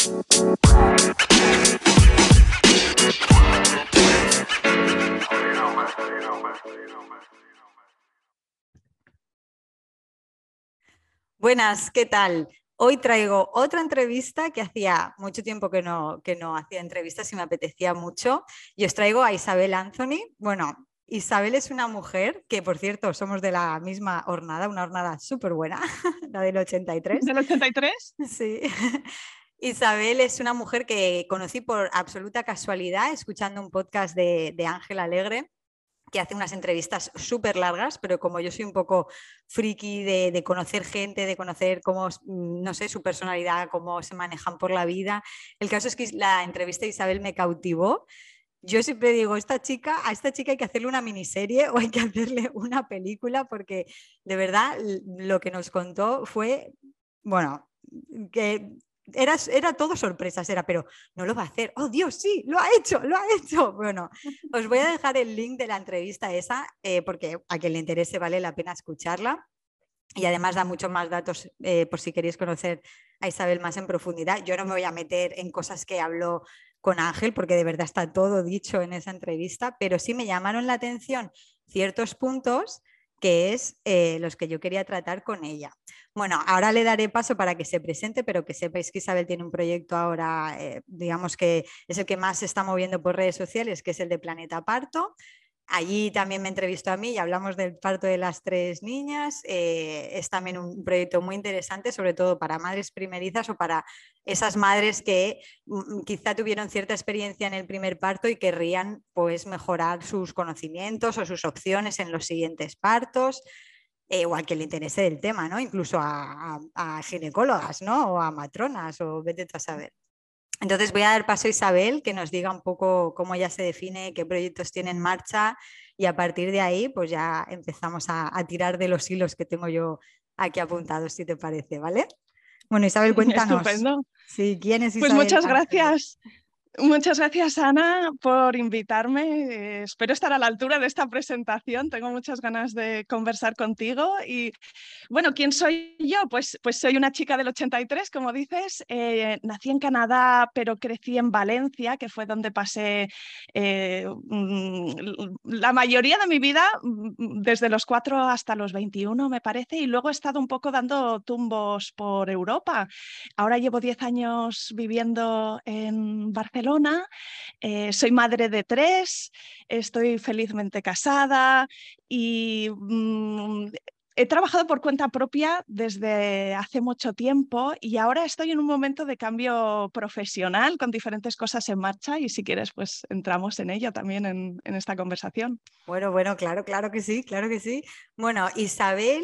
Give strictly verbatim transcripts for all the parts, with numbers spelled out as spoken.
Buenas, ¿qué tal? Hoy traigo otra entrevista que hacía mucho tiempo que no, que no hacía entrevistas y me apetecía mucho. Y os traigo a Isabel Anthony. Bueno, Isabel es una mujer que, por cierto, somos de la misma hornada, una hornada súper buena, la del ochenta y tres. ¿Del ochenta y tres? Sí. Isabel es una mujer que conocí por absoluta casualidad escuchando un podcast de, de Ángel Alegre, que hace unas entrevistas súper largas, pero como yo soy un poco friki de, de conocer gente, de conocer cómo, no sé, su personalidad, cómo se manejan por la vida, el caso es que la entrevista de Isabel me cautivó. Yo siempre digo, esta chica, a esta chica hay que hacerle una miniserie o hay que hacerle una película, porque de verdad lo que nos contó fue, bueno, que era, era todo sorpresas, era, pero no lo va a hacer. ¡Oh, Dios, sí! ¡Lo ha hecho! ¡Lo ha hecho! Bueno, os voy a dejar el link de la entrevista esa, eh, porque a quien le interese vale la pena escucharla. Y además da muchos más datos eh, por si queréis conocer a Isabel más en profundidad. Yo no me voy a meter en cosas que habló con Ángel, porque de verdad está todo dicho en esa entrevista, pero sí me llamaron la atención ciertos puntos que es eh, los que yo quería tratar con ella. Bueno, ahora le daré paso para que se presente, pero que sepáis que Isabel tiene un proyecto ahora, eh, digamos que es el que más se está moviendo por redes sociales, que es el de Planeta Parto. Allí también me entrevistó a mí y hablamos del parto de las tres niñas. Eh, es también un proyecto muy interesante, sobre todo para madres primerizas o para esas madres que mm, quizá tuvieron cierta experiencia en el primer parto y querrían pues, mejorar sus conocimientos o sus opciones en los siguientes partos. Eh, o a quien le interese el tema, ¿no? Incluso a, a, a ginecólogas, ¿no? O a matronas, o vete a saber. Entonces voy a dar paso a Isabel, que nos diga un poco cómo ella se define, qué proyectos tiene en marcha y a partir de ahí pues ya empezamos a, a tirar de los hilos que tengo yo aquí apuntados, si te parece, ¿vale? Bueno, Isabel, cuéntanos. Estupendo. Sí, ¿quién es Pues Isabel muchas Anthony? gracias. Muchas gracias, Ana, por invitarme. Eh, espero estar a la altura de esta presentación. Tengo muchas ganas de conversar contigo. Y bueno, ¿quién soy yo? Pues, pues soy una chica del ochenta y tres, como dices. Eh, nací en Canadá, pero crecí en Valencia, que fue donde pasé eh, la mayoría de mi vida, desde los cuatro hasta los veintiuno, me parece. Y luego he estado un poco dando tumbos por Europa. Ahora llevo diez años viviendo en Barcelona. Eh, soy madre de tres, estoy felizmente casada y mmm, he trabajado por cuenta propia desde hace mucho tiempo y ahora estoy en un momento de cambio profesional con diferentes cosas en marcha y si quieres pues entramos en ello también en, en esta conversación. Bueno, bueno, claro, claro que sí, claro que sí. Bueno, Isabel,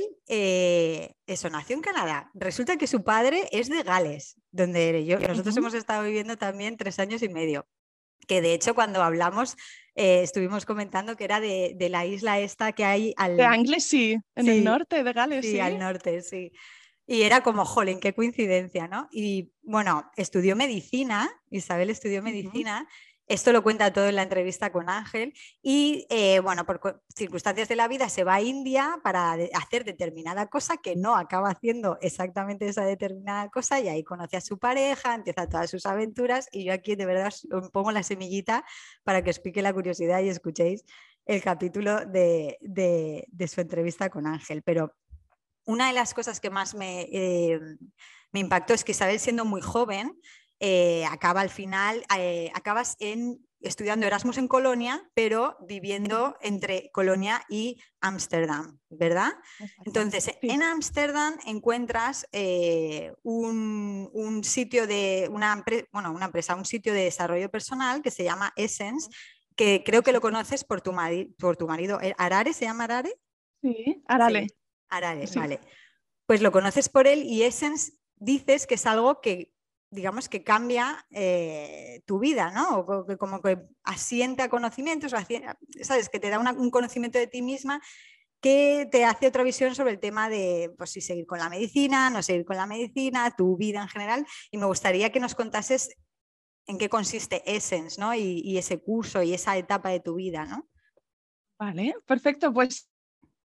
eh, eso, nació en Canadá. Resulta que su padre es de Gales, donde yo, nosotros Uh-huh. hemos estado viviendo también tres años y medio. Que de hecho cuando hablamos eh, estuvimos comentando que era de, de la isla esta que hay De al, Anglesey, en el sí, norte de Gales, sí, sí. al norte, sí. Y era como, jolín, qué coincidencia, ¿no? Y bueno, estudió medicina, Isabel estudió Uh-huh. medicina, esto lo cuenta todo en la entrevista con Ángel, y eh, bueno, por circunstancias de la vida se va a India para de hacer determinada cosa que no acaba haciendo exactamente esa determinada cosa y ahí conoce a su pareja, empieza todas sus aventuras y yo aquí de verdad os pongo la semillita para que os pique la curiosidad y escuchéis el capítulo de, de, de su entrevista con Ángel. Pero una de las cosas que más me, eh, me impactó es que Isabel, siendo muy joven, eh, acaba al final, eh, acabas en, estudiando Erasmus en Colonia, pero viviendo entre Colonia y Ámsterdam, ¿verdad? Exacto. Entonces, Sí. en Ámsterdam encuentras eh, un, un, sitio de, una, bueno, una empresa, un sitio de desarrollo personal que se llama Essence, que creo que lo Exacto. conoces por tu, mari por tu marido. ¿Arare? ¿Se llama Arare? Sí, Arale. Sí, Arare, Sí. vale. Pues lo conoces por él y Essence dices que es algo que, digamos, que cambia eh, tu vida, ¿no? O que como que asienta conocimientos, ¿sabes? Que te da una, un conocimiento de ti misma que te hace otra visión sobre el tema de, pues, si seguir con la medicina, no seguir con la medicina, tu vida en general. Y me gustaría que nos contases en qué consiste Essence, ¿no? Y, y ese curso y esa etapa de tu vida, ¿no? Vale, perfecto. Pues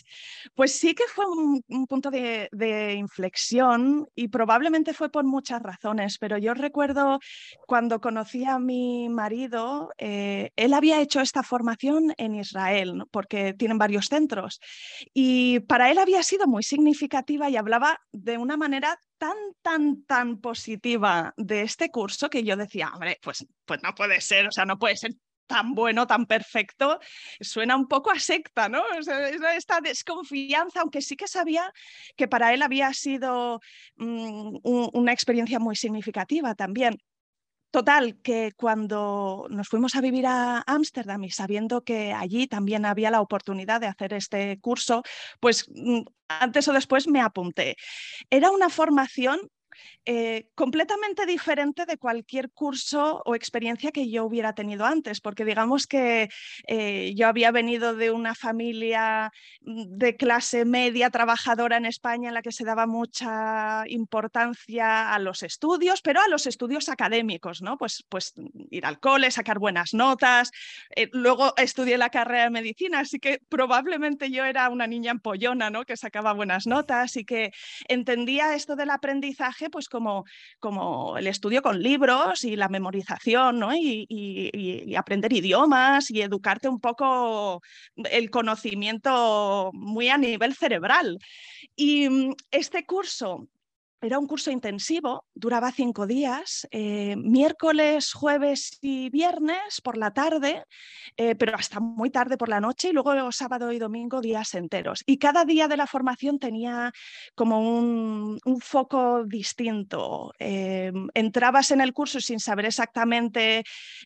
pues sí que fue un, un punto de, de inflexión y probablemente fue por muchas razones, pero yo recuerdo cuando conocí a mi marido, eh, él había hecho esta formación en Israel, ¿no? Porque tienen varios centros y para él había sido muy significativa y hablaba de una manera tan, tan, tan positiva de este curso que yo decía, hombre, pues, pues no puede ser, o sea, no puede ser tan bueno, tan perfecto, suena un poco a secta, ¿no? O sea, esta desconfianza, aunque sí que sabía que para él había sido um, un, una experiencia muy significativa también. Total, que cuando nos fuimos a vivir a Ámsterdam y sabiendo que allí también había la oportunidad de hacer este curso, pues antes o después me apunté. Era una formación Eh, completamente diferente de cualquier curso o experiencia que yo hubiera tenido antes, porque digamos que eh, yo había venido de una familia de clase media trabajadora en España en la que se daba mucha importancia a los estudios, pero a los estudios académicos, ¿no? Pues, pues ir al cole, sacar buenas notas, eh, luego estudié la carrera de medicina, así que probablemente yo era una niña empollona, ¿no? Que sacaba buenas notas y que entendía esto del aprendizaje pues como, como el estudio con libros y la memorización, ¿no? y, y, y aprender idiomas y educarte un poco el conocimiento muy a nivel cerebral. Y este curso era un curso intensivo, duraba cinco días, eh, miércoles, jueves y viernes por la tarde, eh, pero hasta muy tarde por la noche y luego sábado y domingo días enteros. Y cada día de la formación tenía como un, un foco distinto. Eh, entrabas en el curso sin saber exactamente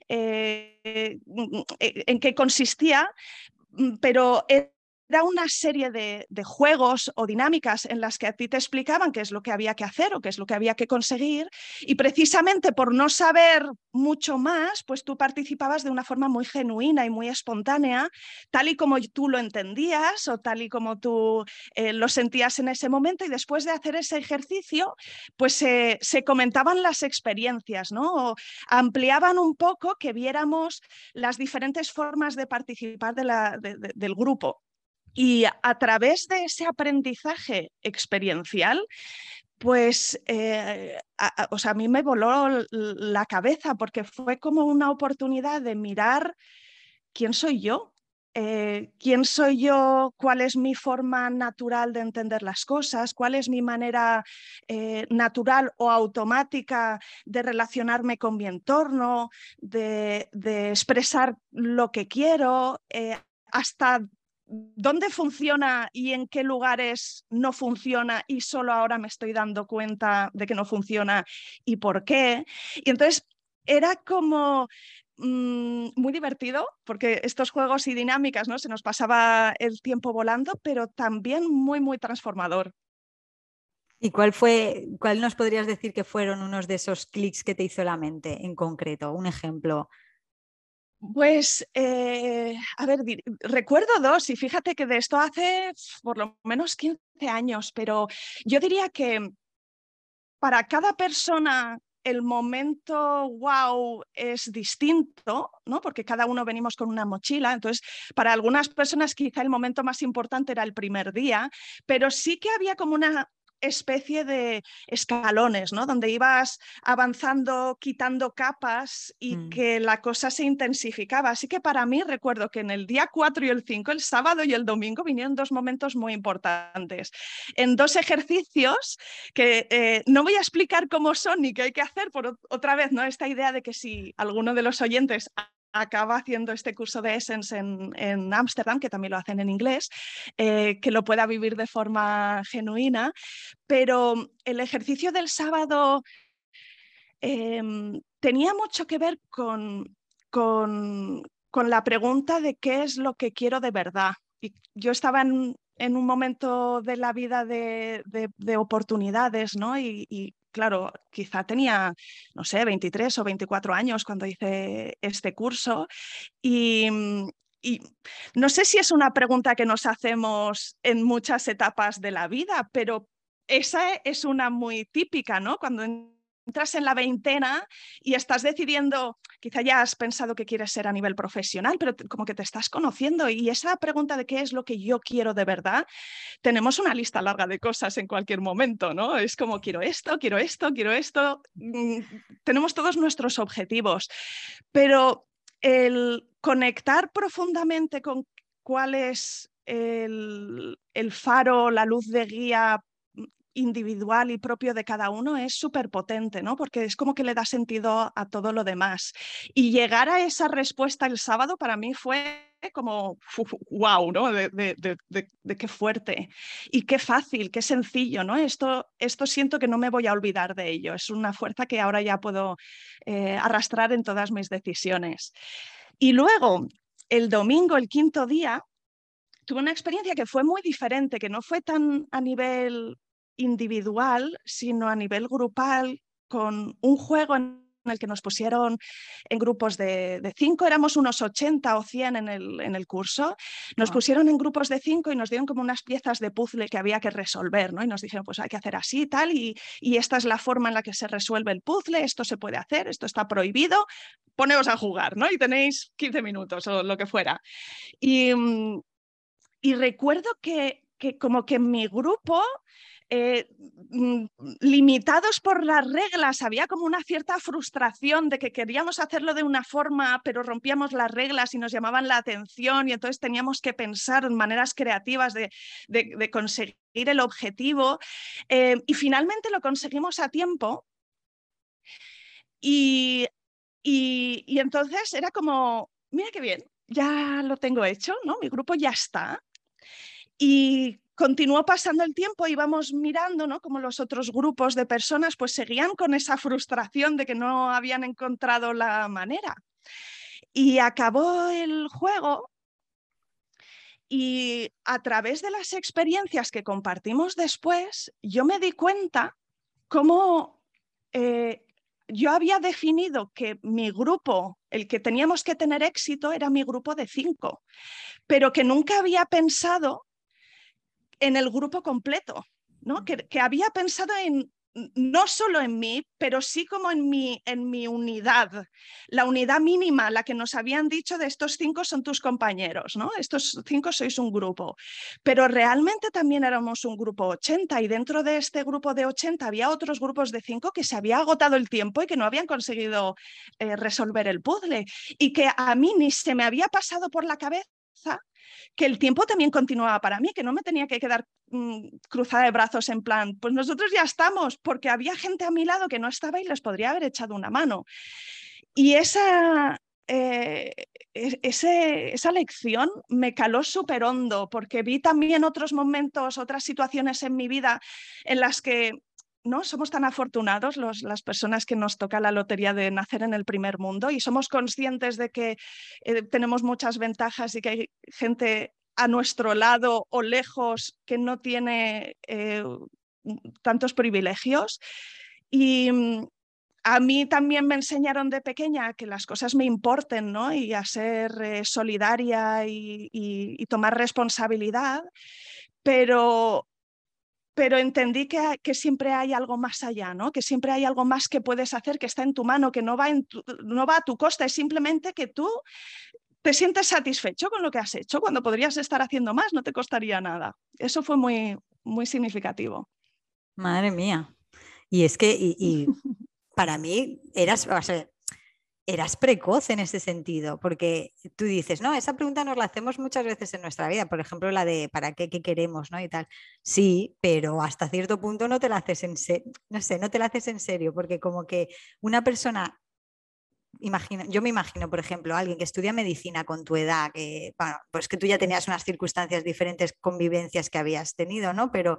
eh, en qué consistía, pero era una serie de, de juegos o dinámicas en las que a ti te explicaban qué es lo que había que hacer o qué es lo que había que conseguir y precisamente por no saber mucho más, pues tú participabas de una forma muy genuina y muy espontánea, tal y como tú lo entendías o tal y como tú eh, lo sentías en ese momento y después de hacer ese ejercicio, pues eh, se comentaban las experiencias, ¿no? O ampliaban un poco que viéramos las diferentes formas de participar de la, de, de, del grupo. Y a través de ese aprendizaje experiencial, pues eh, a, a, o sea, a mí me voló la cabeza porque fue como una oportunidad de mirar quién soy yo, eh, quién soy yo, cuál es mi forma natural de entender las cosas, cuál es mi manera eh, natural o automática de relacionarme con mi entorno, de, de expresar lo que quiero, eh, hasta dónde funciona y en qué lugares no funciona y solo ahora me estoy dando cuenta de que no funciona y por qué. Y entonces era como mmm, muy divertido porque estos juegos y dinámicas, ¿no? Se nos pasaba el tiempo volando, pero también muy, muy transformador. ¿Y cuál fue, cuál nos podrías decir que fueron unos de esos clics que te hizo la mente en concreto? Un ejemplo. Pues, eh, a ver, recuerdo dos y fíjate que de esto hace por lo menos quince años, pero yo diría que para cada persona el momento wow es distinto, ¿no? Porque cada uno venimos con una mochila, entonces para algunas personas quizá el momento más importante era el primer día, pero sí que había como una especie de escalones, ¿no? Donde ibas avanzando, quitando capas y mm. que la cosa se intensificaba. Así que para mí recuerdo que en el día cuatro y el cinco, el sábado y el domingo, vinieron dos momentos muy importantes. En dos ejercicios que eh, no voy a explicar cómo son ni qué hay que hacer, por otra vez, ¿no? Esta idea de que si alguno de los oyentes acaba haciendo este curso de Essence en Ámsterdam, que también lo hacen en inglés, eh, que lo pueda vivir de forma genuina. Pero el ejercicio del sábado eh, tenía mucho que ver con, con, con la pregunta de qué es lo que quiero de verdad. Y yo estaba en, en un momento de la vida de, de, de oportunidades, ¿no? Y, y claro, quizá tenía, no sé, veintitrés o veinticuatro años cuando hice este curso y, y no sé si es una pregunta que nos hacemos en muchas etapas de la vida, pero esa es una muy típica, ¿no? Cuando entras en la veintena y estás decidiendo, quizá ya has pensado que quieres ser a nivel profesional, pero te, como que te estás conociendo, y esa pregunta de qué es lo que yo quiero de verdad, tenemos una lista larga de cosas en cualquier momento, ¿no? Es como quiero esto, quiero esto, quiero esto, mm, tenemos todos nuestros objetivos, pero el conectar profundamente con cuál es el, el faro, la luz de guía individual y propio de cada uno es súper potente, ¿no? Porque es como que le da sentido a todo lo demás. Y llegar a esa respuesta el sábado para mí fue como wow, ¿no? De, de, de, de, de qué fuerte y qué fácil, qué sencillo, ¿no? Esto, esto siento que no me voy a olvidar de ello. Es una fuerza que ahora ya puedo eh, arrastrar en todas mis decisiones. Y luego, el domingo, el quinto día, tuve una experiencia que fue muy diferente, que no fue tan a nivel individual, sino a nivel grupal, con un juego en el que nos pusieron en grupos de, de cinco, éramos unos ochenta o cien en el, en el curso, nos Wow. pusieron en grupos de cinco y nos dieron como unas piezas de puzzle que había que resolver, ¿no? Y nos dijeron, pues hay que hacer así y tal, y, y esta es la forma en la que se resuelve el puzzle, esto se puede hacer, esto está prohibido, poneos a jugar, ¿no? Y tenéis quince minutos o lo que fuera. Y... Y recuerdo que, que como que en mi grupo, eh, limitados por las reglas, había como una cierta frustración de que queríamos hacerlo de una forma, pero rompíamos las reglas y nos llamaban la atención, y entonces teníamos que pensar en maneras creativas de, de, de conseguir el objetivo. Eh, y finalmente lo conseguimos a tiempo. Y, y, y entonces era como, mira qué bien, ya lo tengo hecho, ¿no? Mi grupo ya está. Y continuó pasando el tiempo, íbamos mirando, ¿no? Como los otros grupos de personas pues seguían con esa frustración de que no habían encontrado la manera. Y acabó el juego y a través de las experiencias que compartimos después, yo me di cuenta cómo eh, yo había definido que mi grupo, el que teníamos que tener éxito, era mi grupo de cinco, pero que nunca había pensado en el grupo completo, ¿no? Que, que había pensado en, no solo en mí, pero sí como en mi, en mi unidad, la unidad mínima, la que nos habían dicho de estos cinco son tus compañeros, ¿no? Estos cinco sois un grupo, pero realmente también éramos un grupo ochenta, y dentro de este grupo de ochenta había otros grupos de cinco que se había agotado el tiempo y que no habían conseguido eh, resolver el puzzle, y que a mí ni se me había pasado por la cabeza que el tiempo también continuaba para mí, que no me tenía que quedar mmm, cruzada de brazos en plan, pues nosotros ya estamos, porque había gente a mi lado que no estaba y les podría haber echado una mano. Y esa, eh, ese, esa lección me caló súper hondo, porque vi también otros momentos, otras situaciones en mi vida en las que no somos tan afortunados los, las personas que nos toca la lotería de nacer en el primer mundo, y somos conscientes de que eh, tenemos muchas ventajas y que hay gente a nuestro lado o lejos que no tiene eh, tantos privilegios. Y a mí también me enseñaron de pequeña que las cosas me importen, ¿no? Y a ser eh, solidaria y, y, y tomar responsabilidad, pero pero entendí que, que siempre hay algo más allá, ¿no? Que siempre hay algo más que puedes hacer, que está en tu mano, que no va, en tu, no va a tu costa, es simplemente que tú te sientes satisfecho con lo que has hecho, cuando podrías estar haciendo más, no te costaría nada. Eso fue muy, muy significativo. Madre mía. Y es que y, y para mí eras, o sea, eras precoz en ese sentido, porque tú dices, no, esa pregunta nos la hacemos muchas veces en nuestra vida, por ejemplo, la de ¿para qué, qué queremos, ¿no? Y tal. Sí, pero hasta cierto punto no te la haces en serio, no sé, no te la haces en serio, porque como que una persona, imagino, yo me imagino, por ejemplo, alguien que estudia medicina con tu edad, que, bueno, pues que tú ya tenías unas circunstancias diferentes, convivencias que habías tenido, ¿no? Pero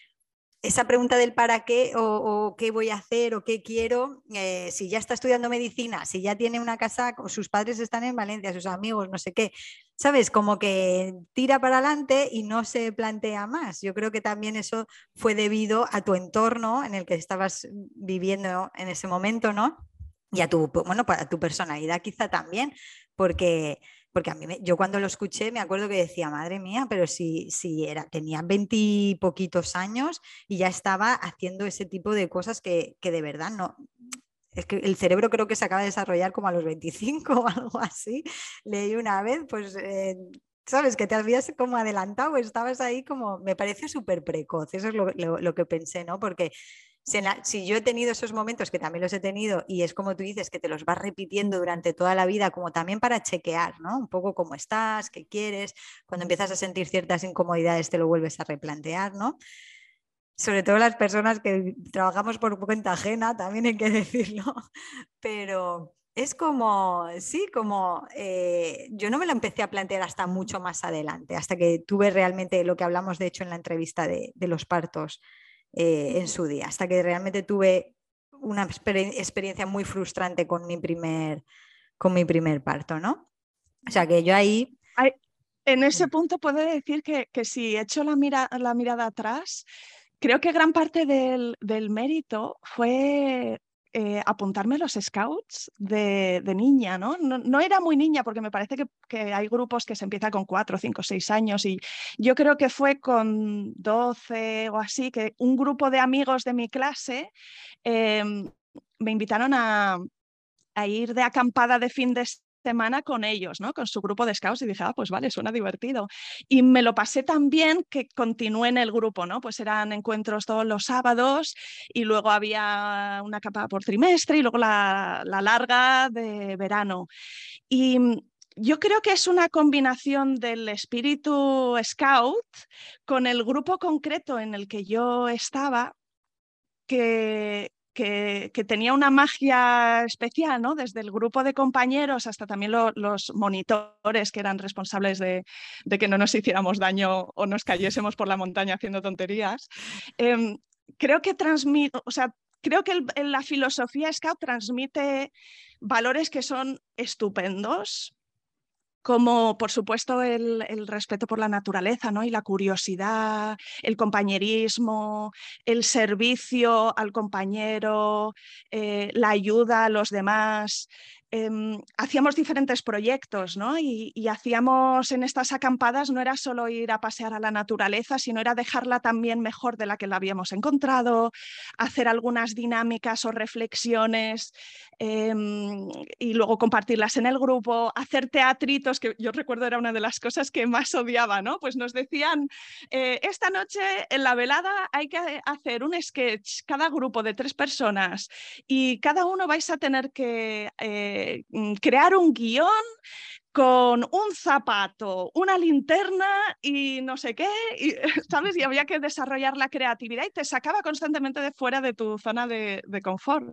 esa pregunta del para qué o, o qué voy a hacer o qué quiero, eh, si ya está estudiando medicina, si ya tiene una casa, sus padres están en Valencia, sus amigos, no sé qué, ¿sabes? Como que tira para adelante y no se plantea más. Yo creo que también eso fue debido a tu entorno en el que estabas viviendo en ese momento, ¿no? Y a tu, bueno, a tu personalidad quizá también, porque porque a mí me, yo cuando lo escuché me acuerdo que decía, madre mía, pero si, si era, tenía veintipoquitos años y ya estaba haciendo ese tipo de cosas que, que de verdad no... Es que el cerebro creo que se acaba de desarrollar como a los veinticinco o algo así. Leí una vez, pues, eh, sabes, que te habías como adelantado, estabas ahí como, me parece súper precoz, eso es lo, lo, lo que pensé, ¿no? Porque si, la, si yo he tenido esos momentos, que también los he tenido, y es como tú dices, que te los vas repitiendo durante toda la vida, como también para chequear, ¿no? Un poco cómo estás, qué quieres, cuando empiezas a sentir ciertas incomodidades te lo vuelves a replantear, ¿no? Sobre todo las personas que trabajamos por cuenta ajena, también hay que decirlo, pero es como, sí, como eh, yo no me lo empecé a plantear hasta mucho más adelante, hasta que tuve realmente lo que hablamos de hecho en la entrevista de, de los partos eh, en su día, hasta que realmente tuve una exper experiencia muy frustrante con mi primer, con mi primer parto, ¿no? O sea que yo ahí... Ay, en ese punto puedo decir que, que si echo la, mira, la mirada atrás, creo que gran parte del, del mérito fue eh, apuntarme a los scouts de, de niña, ¿no? ¿no? No era muy niña porque me parece que, que hay grupos que se empieza con cuatro, cinco, seis años y yo creo que fue con doce o así que un grupo de amigos de mi clase eh, me invitaron a, a ir de acampada de fin de semana con ellos, ¿no? Con su grupo de scouts y dije, ah, pues vale, suena divertido. Y me lo pasé tan bien que continué en el grupo, ¿no? Pues eran encuentros todos los sábados y luego había una acampada por trimestre y luego la, la larga de verano. Y yo creo que es una combinación del espíritu scout con el grupo concreto en el que yo estaba que, que, que, tenía una magia especial, ¿no? Desde el grupo de compañeros hasta también lo, los monitores que eran responsables de, de, que no nos hiciéramos daño o nos cayésemos por la montaña haciendo tonterías. Eh, creo que transmite, o sea, creo que el, la filosofía Scout transmite valores que son estupendos, como por supuesto el, el respeto por la naturaleza, ¿no? Y la curiosidad, el compañerismo, el servicio al compañero, eh, la ayuda a los demás. Eh, hacíamos diferentes proyectos, ¿no? Y, y hacíamos en estas acampadas, no era solo ir a pasear a la naturaleza, sino era dejarla también mejor de la que la habíamos encontrado, hacer algunas dinámicas o reflexiones eh, y luego compartirlas en el grupo, hacer teatritos, que yo recuerdo era una de las cosas que más odiaba, ¿no? Pues nos decían, eh, esta noche en la velada hay que hacer un sketch, cada grupo de tres personas, y cada uno vais a tener que eh, crear un guión con un zapato, una linterna y no sé qué, y, ¿sabes? Y había que desarrollar la creatividad y te sacaba constantemente de fuera de tu zona de, de confort.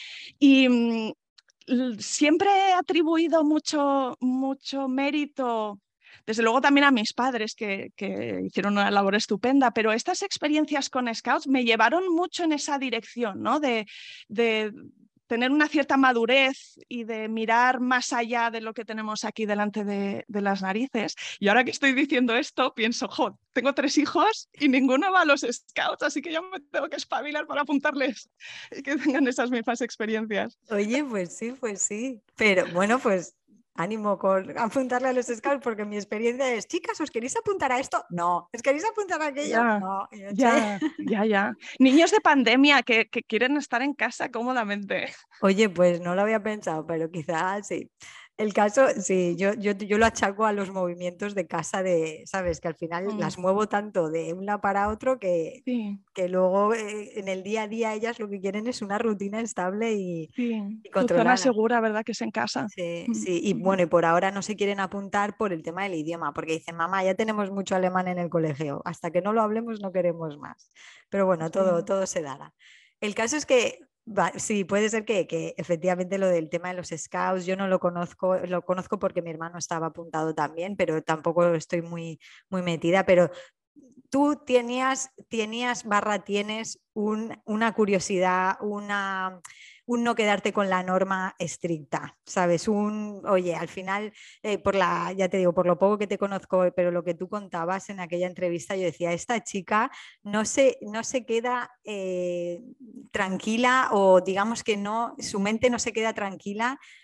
Y mmm, siempre he atribuido mucho, mucho mérito, desde luego también a mis padres que, que hicieron una labor estupenda, pero estas experiencias con Scouts me llevaron mucho en esa dirección, ¿no? De, de tener una cierta madurez y de mirar más allá de lo que tenemos aquí delante de, de las narices. Y ahora que estoy diciendo esto, pienso, jo, tengo tres hijos y ninguno va a los Scouts, así que yo me tengo que espabilar para apuntarles y que tengan esas mismas experiencias. Oye, pues sí, pues sí. Pero bueno, pues ánimo con apuntarle a los scouts, porque mi experiencia es, chicas, ¿os queréis apuntar a esto? No. ¿Os queréis apuntar a aquello? Ya, No. Y yo, che. ya, ya, ya. Niños de pandemia que, que quieren estar en casa cómodamente. Oye, pues no lo había pensado, pero quizás sí. El caso, sí, yo, yo, yo lo achaco a los movimientos de casa de, ¿sabes? Que al final Mm, las muevo tanto de un lado para otro que, sí, que luego eh, en el día a día ellas lo que quieren es una rutina estable y, sí. y Tu zona controlada. segura, ¿verdad? Que es en casa. Sí, Mm, sí, y mm, bueno, y por ahora no se quieren apuntar por el tema del idioma, porque dicen, mamá, ya tenemos mucho alemán en el colegio, hasta que no lo hablemos no queremos más. Pero bueno, todo, sí. todo se dará. El caso es que, va, sí, puede ser que, que efectivamente lo del tema de los scouts, yo no lo conozco, lo conozco porque mi hermano estaba apuntado también, pero tampoco estoy muy, muy metida, pero tú tenías, tenías barra tienes un, una curiosidad, una, un no quedarte con la norma estricta, ¿sabes? Un, oye, al final, eh, por la, ya te digo, por lo poco que te conozco, pero lo que tú contabas en aquella entrevista, yo decía, esta chica no se, no se queda eh, tranquila o digamos que no, su mente no se queda tranquila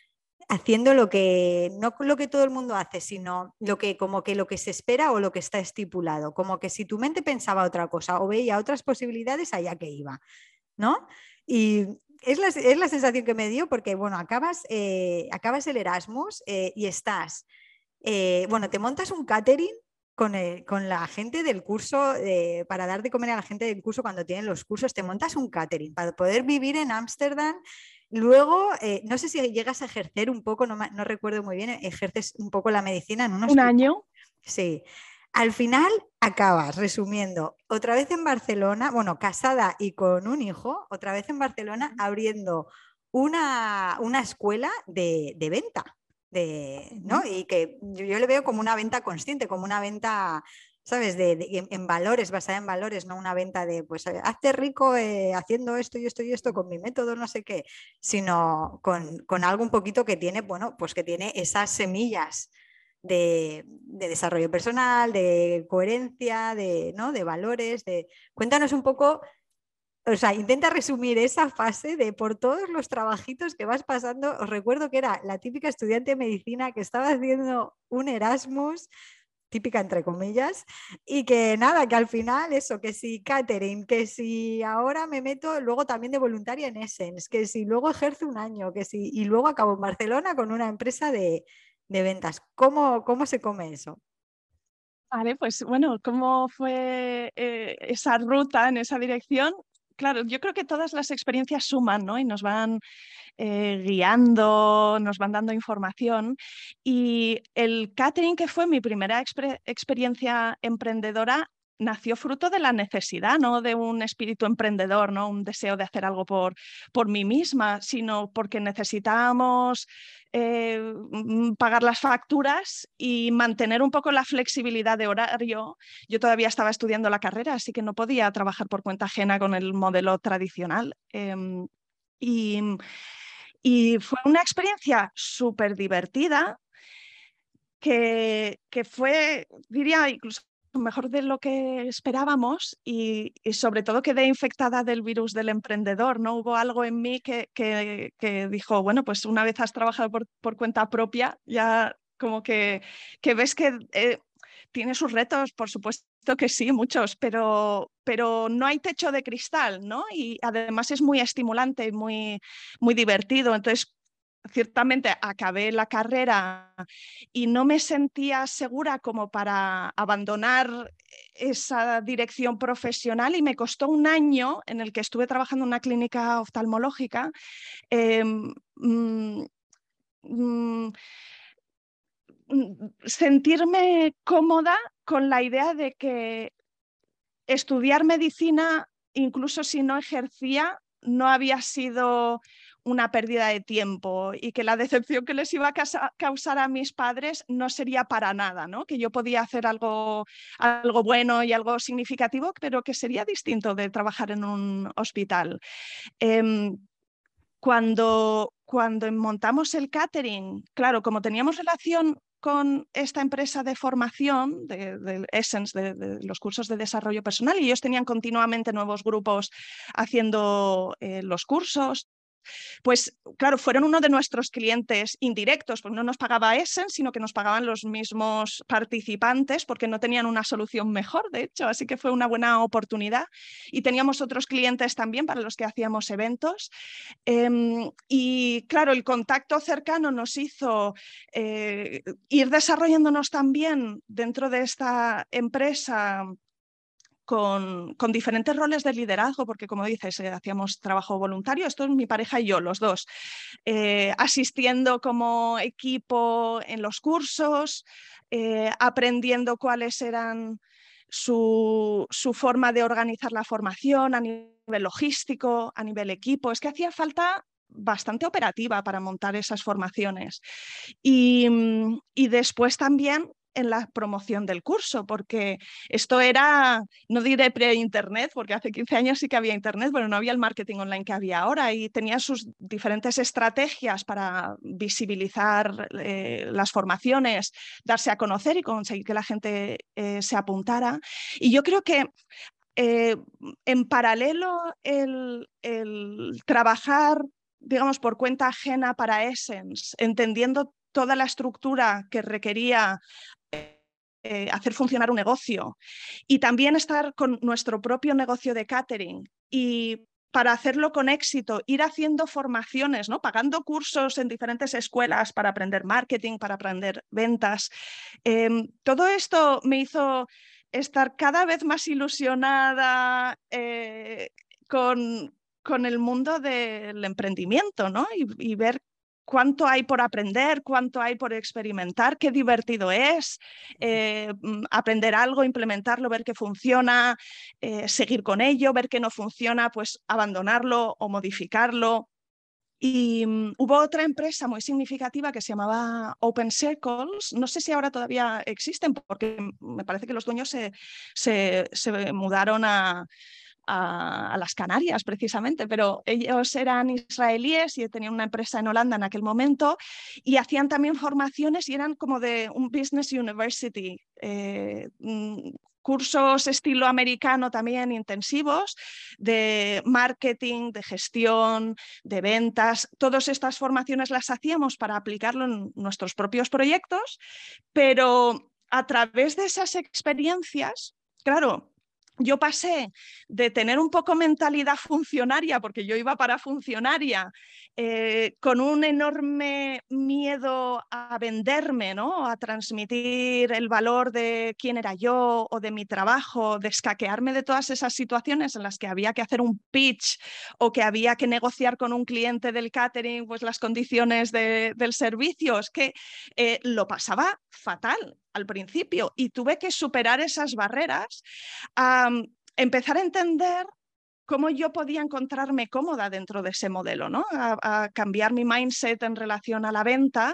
haciendo lo que, no lo que todo el mundo hace, sino lo que, como que lo que se espera o lo que está estipulado. Como que si tu mente pensaba otra cosa o veía otras posibilidades, allá que iba, ¿no? Y es la, es la sensación que me dio porque, bueno, acabas, eh, acabas el Erasmus eh, y estás, eh, bueno, te montas un catering con, el, con la gente del curso, eh, para dar de comer a la gente del curso cuando tienen los cursos, te montas un catering para poder vivir en Ámsterdam. Luego, eh, no sé si llegas a ejercer un poco, no, no recuerdo muy bien, ejerces un poco la medicina en un Un hospital. año. Sí. Al final acabas, resumiendo, otra vez en Barcelona, bueno, casada y con un hijo, otra vez en Barcelona abriendo una, una escuela de, de venta, de, ¿no? Y que yo, yo le veo como una venta consciente, como una venta, ¿sabes? De, de, en, en valores, basada en valores, no una venta de, pues, hazte rico eh, haciendo esto y esto y esto con mi método, no sé qué, sino con, con algo un poquito que tiene, bueno, pues que tiene esas semillas de, de desarrollo personal, de coherencia, de, ¿no? de valores. De... Cuéntanos un poco, o sea, intenta resumir esa fase de por todos los trabajitos que vas pasando. Os recuerdo que era la típica estudiante de medicina que estaba haciendo un Erasmus, típica entre comillas, y que nada, que al final eso, que si catering, que si ahora me meto luego también de voluntaria en Essence, que si luego ejerzo un año, que si, y luego acabo en Barcelona con una empresa de, de ventas. ¿Cómo, cómo se come eso? Vale, pues bueno, ¿cómo fue eh, esa ruta en esa dirección? Claro, yo creo que todas las experiencias suman, ¿no? Y nos van eh, guiando, nos van dando información. Y el catering, que fue mi primera exper experiencia emprendedora, nació fruto de la necesidad, no de un espíritu emprendedor, no un deseo de hacer algo por, por mí misma, sino porque necesitábamos eh, pagar las facturas y mantener un poco la flexibilidad de horario. Yo todavía estaba estudiando la carrera, así que no podía trabajar por cuenta ajena con el modelo tradicional. Eh, y, y fue una experiencia súper divertida que, que fue, diría, incluso mejor de lo que esperábamos y, y sobre todo quedé infectada del virus del emprendedor, ¿no? Hubo algo en mí que, que, que dijo, bueno, pues una vez has trabajado por, por cuenta propia, ya como que, que ves que eh, tiene sus retos, por supuesto que sí, muchos, pero, pero no hay techo de cristal, ¿no? Y además es muy estimulante y muy, muy divertido. Entonces, ciertamente acabé la carrera y no me sentía segura como para abandonar esa dirección profesional y me costó un año en el que estuve trabajando en una clínica oftalmológica eh, mm, mm, sentirme cómoda con la idea de que estudiar medicina, incluso si no ejercía, no había sido una pérdida de tiempo y que la decepción que les iba a casa, causar a mis padres no sería para nada, ¿no? Que yo podía hacer algo, algo bueno y algo significativo, pero que sería distinto de trabajar en un hospital. Eh, cuando, cuando montamos el catering, claro, como teníamos relación con esta empresa de formación, de, de Essence, de, de los cursos de desarrollo personal, y ellos tenían continuamente nuevos grupos haciendo eh, los cursos, pues claro, fueron uno de nuestros clientes indirectos, porque no nos pagaba Essence, sino que nos pagaban los mismos participantes porque no tenían una solución mejor, de hecho, así que fue una buena oportunidad. Y teníamos otros clientes también para los que hacíamos eventos. Eh, y claro, el contacto cercano nos hizo eh, ir desarrollándonos también dentro de esta empresa con, con diferentes roles de liderazgo, porque como dices, eh, hacíamos trabajo voluntario, esto es mi pareja y yo, los dos, eh, asistiendo como equipo en los cursos, eh, aprendiendo cuáles eran su, su forma de organizar la formación a nivel logístico, a nivel equipo. Es que hacía falta bastante operativa para montar esas formaciones. Y, y después también en la promoción del curso, porque esto era, no diré pre-internet, porque hace quince años sí que había internet, pero no había el marketing online que había ahora y tenía sus diferentes estrategias para visibilizar eh, las formaciones, darse a conocer y conseguir que la gente eh, se apuntara. Y yo creo que eh, en paralelo el, el trabajar digamos, por cuenta ajena para Essence, entendiendo toda la estructura que requería eh, hacer funcionar un negocio y también estar con nuestro propio negocio de catering y para hacerlo con éxito, ir haciendo formaciones, ¿no? Pagando cursos en diferentes escuelas para aprender marketing, para aprender ventas. Eh, todo esto me hizo estar cada vez más ilusionada eh, con, con el mundo del emprendimiento, ¿no? Y, y ver cuánto hay por aprender, cuánto hay por experimentar, qué divertido es eh, aprender algo, implementarlo, ver que funciona, eh, seguir con ello, ver que no funciona, pues abandonarlo o modificarlo. Y um, hubo otra empresa muy significativa que se llamaba Open Circles. No sé si ahora todavía existen, porque me parece que los dueños se, se, se mudaron a, a, a las Canarias precisamente, pero ellos eran israelíes y tenían una empresa en Holanda en aquel momento y hacían también formaciones y eran como de un business university, eh, cursos estilo americano también intensivos de marketing, de gestión, de ventas. Todas estas formaciones las hacíamos para aplicarlo en nuestros propios proyectos, pero a través de esas experiencias, claro, yo pasé de tener un poco mentalidad funcionaria, porque yo iba para funcionaria, eh, con un enorme miedo a venderme, ¿no? A transmitir el valor de quién era yo o de mi trabajo, de escaquearme de todas esas situaciones en las que había que hacer un pitch o que había que negociar con un cliente del catering pues, las condiciones de, del servicio. Es que eh, lo pasaba fatal al principio y tuve que superar esas barreras, a empezar a entender cómo yo podía encontrarme cómoda dentro de ese modelo, ¿no? A, a cambiar mi mindset en relación a la venta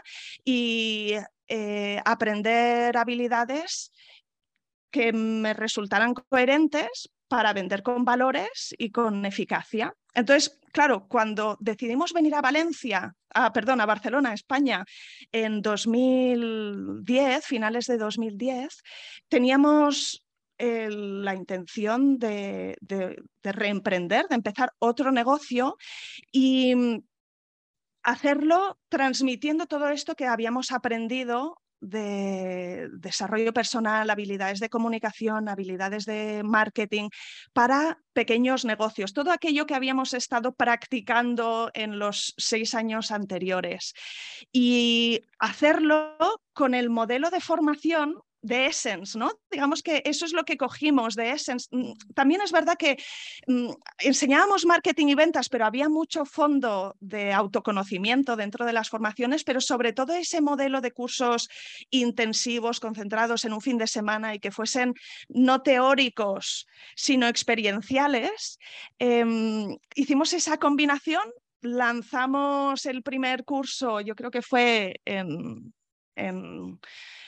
y eh, aprender habilidades que me resultaran coherentes para vender con valores y con eficacia. Entonces, claro, cuando decidimos venir a Valencia, ah, perdón, a Barcelona, España, en dos mil diez, finales de dos mil diez, teníamos eh, la intención de, de, de reemprender, de empezar otro negocio y hacerlo transmitiendo todo esto que habíamos aprendido de desarrollo personal, habilidades de comunicación, habilidades de marketing para pequeños negocios, todo aquello que habíamos estado practicando en los seis años anteriores y hacerlo con el modelo de formación de Essence, ¿no? Digamos que eso es lo que cogimos de Essence. También es verdad que mm, enseñábamos marketing y ventas, pero había mucho fondo de autoconocimiento dentro de las formaciones, pero sobre todo ese modelo de cursos intensivos, concentrados en un fin de semana y que fuesen no teóricos, sino experienciales. Eh, hicimos esa combinación, lanzamos el primer curso, yo creo que fue en... en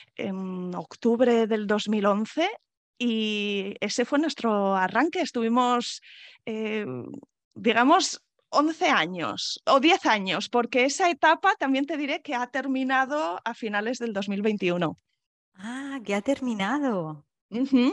en octubre del dos mil once y ese fue nuestro arranque. Estuvimos, eh, digamos, once años o diez años, porque esa etapa también te diré que ha terminado a finales del dos mil veintiuno. Ah, que ha terminado. Uh-huh.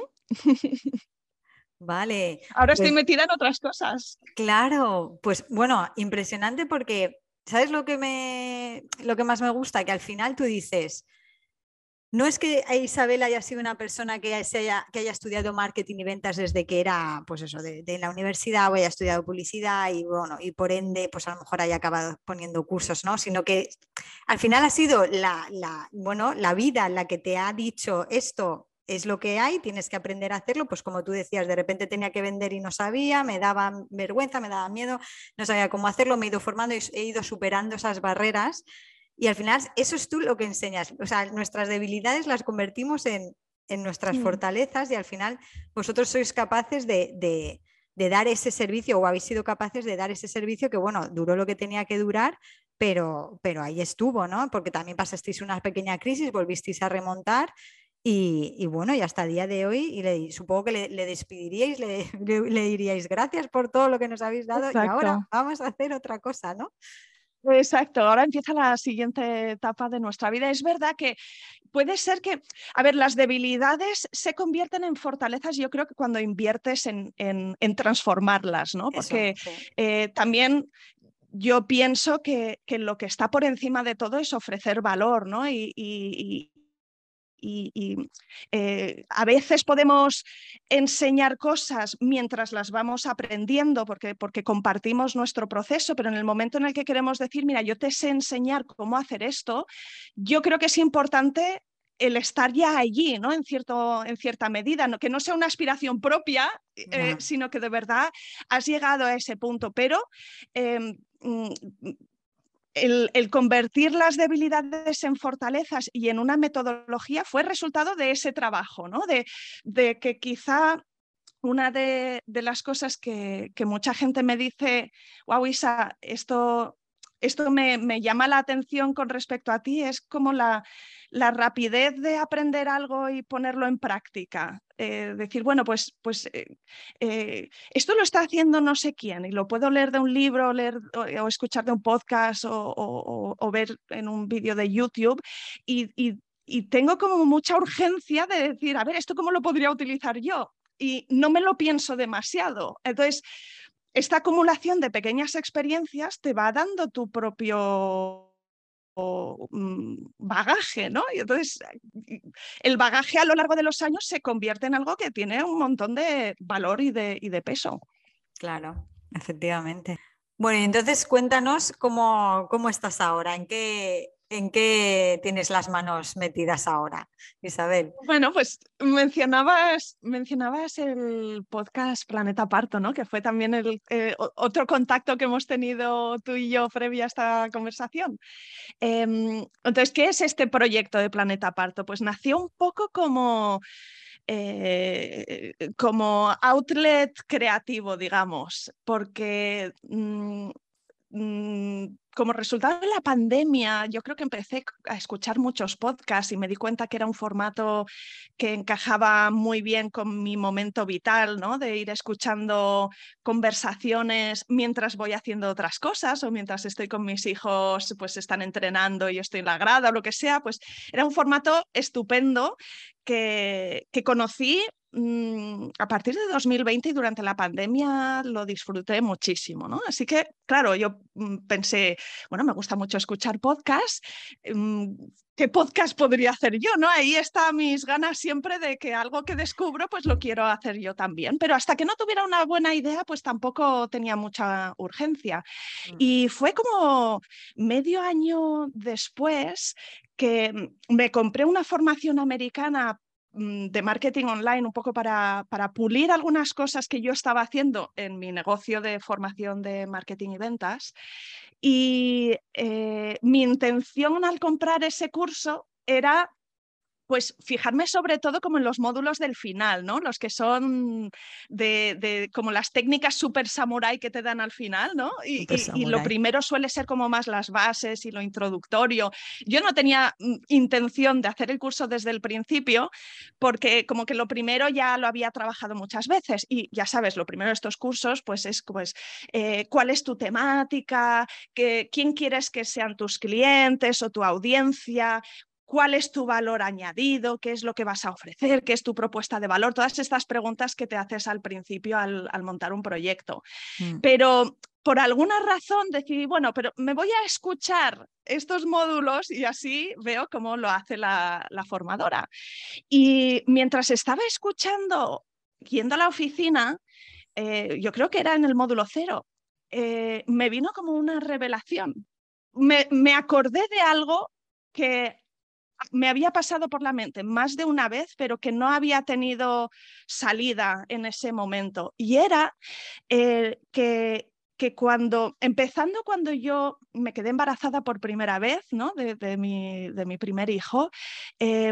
Vale. Ahora Pues, estoy metida en otras cosas. claro, pues bueno, impresionante porque, ¿sabes lo que me, lo que más me gusta? Que al final tú dices, no es que Isabel haya sido una persona que, se haya, que haya estudiado marketing y ventas desde que era, pues eso, de, de la universidad o haya estudiado publicidad y bueno, y por ende, pues a lo mejor haya acabado poniendo cursos, ¿no? Sino que al final ha sido la, la, bueno, la vida la que te ha dicho esto es lo que hay, tienes que aprender a hacerlo, pues como tú decías, de repente tenía que vender y no sabía, me daba vergüenza, me daba miedo, no sabía cómo hacerlo, me he ido formando y he ido superando esas barreras. Y al final eso es tú lo que enseñas. O sea, nuestras debilidades las convertimos en, en nuestras mm. fortalezas y al final vosotros sois capaces de, de, de dar ese servicio o habéis sido capaces de dar ese servicio que, bueno, duró lo que tenía que durar, pero, pero ahí estuvo, ¿no? Porque también pasasteis una pequeña crisis, volvisteis a remontar y, y bueno, y hasta el día de hoy, y le, supongo que le, le despediríais, le, le, le diríais gracias por todo lo que nos habéis dado. Exacto. Y ahora vamos a hacer otra cosa, ¿no? Exacto, ahora empieza la siguiente etapa de nuestra vida. Es verdad que puede ser que, a ver, las debilidades se convierten en fortalezas, yo creo que cuando inviertes en, en, en transformarlas, ¿no? Porque Eso, sí. eh, también yo pienso que, que lo que está por encima de todo es ofrecer valor, ¿no? Y, y, y, y eh, a veces podemos enseñar cosas mientras las vamos aprendiendo porque, porque compartimos nuestro proceso, pero en el momento en el que queremos decir, mira, yo te sé enseñar cómo hacer esto, yo creo que es importante el estar ya allí, ¿no? En, cierto, en cierta medida, ¿no? Que no sea una aspiración propia, eh, No. sino que de verdad has llegado a ese punto, pero eh, el, el convertir las debilidades en fortalezas y en una metodología fue resultado de ese trabajo, ¿no? De, de que quizá una de, de las cosas que, que mucha gente me dice, wow, Isa, esto, esto me, me llama la atención con respecto a ti, es como la, la rapidez de aprender algo y ponerlo en práctica. Eh, decir, bueno, pues, pues eh, eh, esto lo está haciendo no sé quién y lo puedo leer de un libro, leer o, o escuchar de un podcast o, o, o ver en un vídeo de YouTube y, y, y tengo como mucha urgencia de decir, a ver, ¿esto cómo lo podría utilizar yo? Y no me lo pienso demasiado. Entonces, esta acumulación de pequeñas experiencias te va dando tu propio bagaje, ¿no? Y entonces el bagaje a lo largo de los años se convierte en algo que tiene un montón de valor y de, y de peso. Claro, efectivamente. Bueno, y entonces cuéntanos cómo, cómo estás ahora, en qué, en qué tienes las manos metidas ahora, Isabel. Bueno, pues mencionabas, mencionabas el podcast Planeta Parto, ¿no? Que fue también el eh, otro contacto que hemos tenido tú y yo previa a esta conversación. Eh, entonces, ¿qué es este proyecto de Planeta Parto? Pues nació un poco como, eh, como outlet creativo, digamos, porque mmm, como resultado de la pandemia, yo creo que empecé a escuchar muchos podcasts y me di cuenta que era un formato que encajaba muy bien con mi momento vital, ¿no? De ir escuchando conversaciones mientras voy haciendo otras cosas o mientras estoy con mis hijos, pues están entrenando y yo estoy en la grada o lo que sea, pues era un formato estupendo que, que conocí a partir de dos mil veinte y durante la pandemia lo disfruté muchísimo, ¿no? Así que, claro, yo pensé, bueno, me gusta mucho escuchar podcasts, ¿qué podcast podría hacer yo, no? Ahí están mis ganas siempre de que algo que descubro, pues lo quiero hacer yo también, pero hasta que no tuviera una buena idea, pues tampoco tenía mucha urgencia. Y fue como medio año después que me compré una formación americana de marketing online un poco para, para pulir algunas cosas que yo estaba haciendo en mi negocio de formación de marketing y ventas. Y eh, mi intención al comprar ese curso era pues fijarme sobre todo como en los módulos del final, ¿no? Los que son de, de como las técnicas super samurai que te dan al final, ¿no? Y, y, y lo primero suele ser como más las bases y lo introductorio. Yo no tenía mm, intención de hacer el curso desde el principio porque como que lo primero ya lo había trabajado muchas veces y ya sabes, lo primero de estos cursos pues es pues, eh, cuál es tu temática, que, quién quieres que sean tus clientes o tu audiencia, cuál es tu valor añadido, qué es lo que vas a ofrecer, qué es tu propuesta de valor, todas estas preguntas que te haces al principio al, al montar un proyecto. Mm. Pero por alguna razón decidí, bueno, pero me voy a escuchar estos módulos y así veo cómo lo hace la, la formadora. Y mientras estaba escuchando, yendo a la oficina, eh, yo creo que era en el módulo cero, eh, me vino como una revelación. Me, me acordé de algo que me había pasado por la mente más de una vez, pero que no había tenido salida en ese momento. Y era eh, que, que cuando, empezando cuando yo me quedé embarazada por primera vez, ¿no? de, de, mi, de mi primer hijo, eh,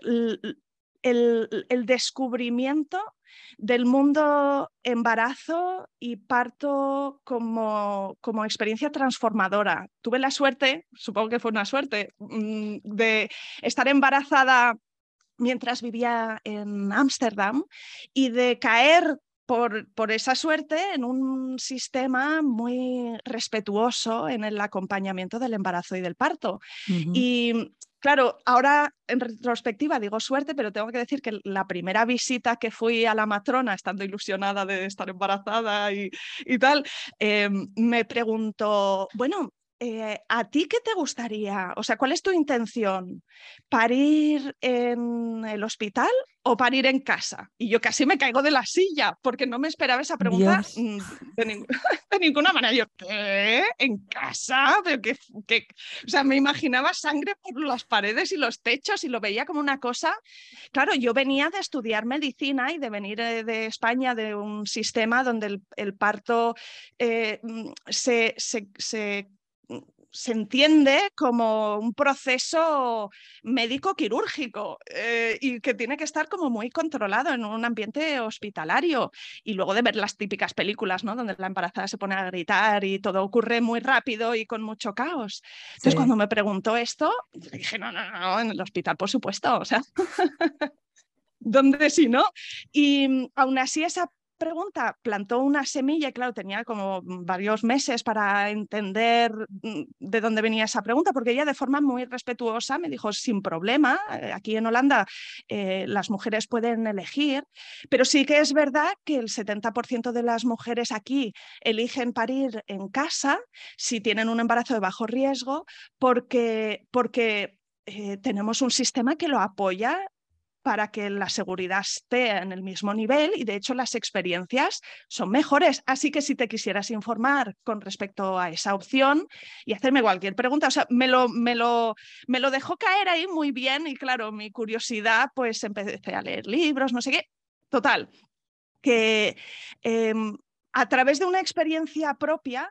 el, el descubrimiento del mundo embarazo y parto como, como experiencia transformadora. Tuve la suerte, supongo que fue una suerte, de estar embarazada mientras vivía en Ámsterdam y de caer por, por esa suerte en un sistema muy respetuoso en el acompañamiento del embarazo y del parto. Uh-huh. Y claro, ahora en retrospectiva digo suerte, pero tengo que decir que la primera visita que fui a la matrona, estando ilusionada de estar embarazada y, y tal, eh, me preguntó, bueno, eh, ¿a ti qué te gustaría? O sea, ¿cuál es tu intención? ¿Parir en el hospital o parir en casa? Y yo casi me caigo de la silla porque no me esperaba esa pregunta Dios. mm, de, ning de ninguna manera. Yo, ¿qué? ¿En casa? ¿Pero qué, qué? O sea, me imaginaba sangre por las paredes y los techos y lo veía como una cosa. Claro, yo venía de estudiar medicina y de venir de, de España, de un sistema donde el, el parto eh, se, se, se se entiende como un proceso médico-quirúrgico eh, y que tiene que estar como muy controlado en un ambiente hospitalario. Y luego de ver las típicas películas, ¿no? Donde la embarazada se pone a gritar y todo ocurre muy rápido y con mucho caos. Entonces, Sí. cuando me preguntó esto, dije, no, no, no, en el hospital, por supuesto. O sea, ¿dónde si no? Y aún así esa pregunta plantó una semilla y claro, tenía como varios meses para entender de dónde venía esa pregunta, porque ella de forma muy respetuosa me dijo, sin problema, aquí en Holanda eh, las mujeres pueden elegir, pero sí que es verdad que el setenta por ciento de las mujeres aquí eligen parir en casa si tienen un embarazo de bajo riesgo, porque, porque eh, tenemos un sistema que lo apoya para que la seguridad esté en el mismo nivel y de hecho las experiencias son mejores. Así que si te quisieras informar con respecto a esa opción y hacerme cualquier pregunta, o sea, me lo, me lo, me lo dejó caer ahí muy bien y claro, mi curiosidad, pues empecé a leer libros, no sé qué. Total, que eh, a través de una experiencia propia,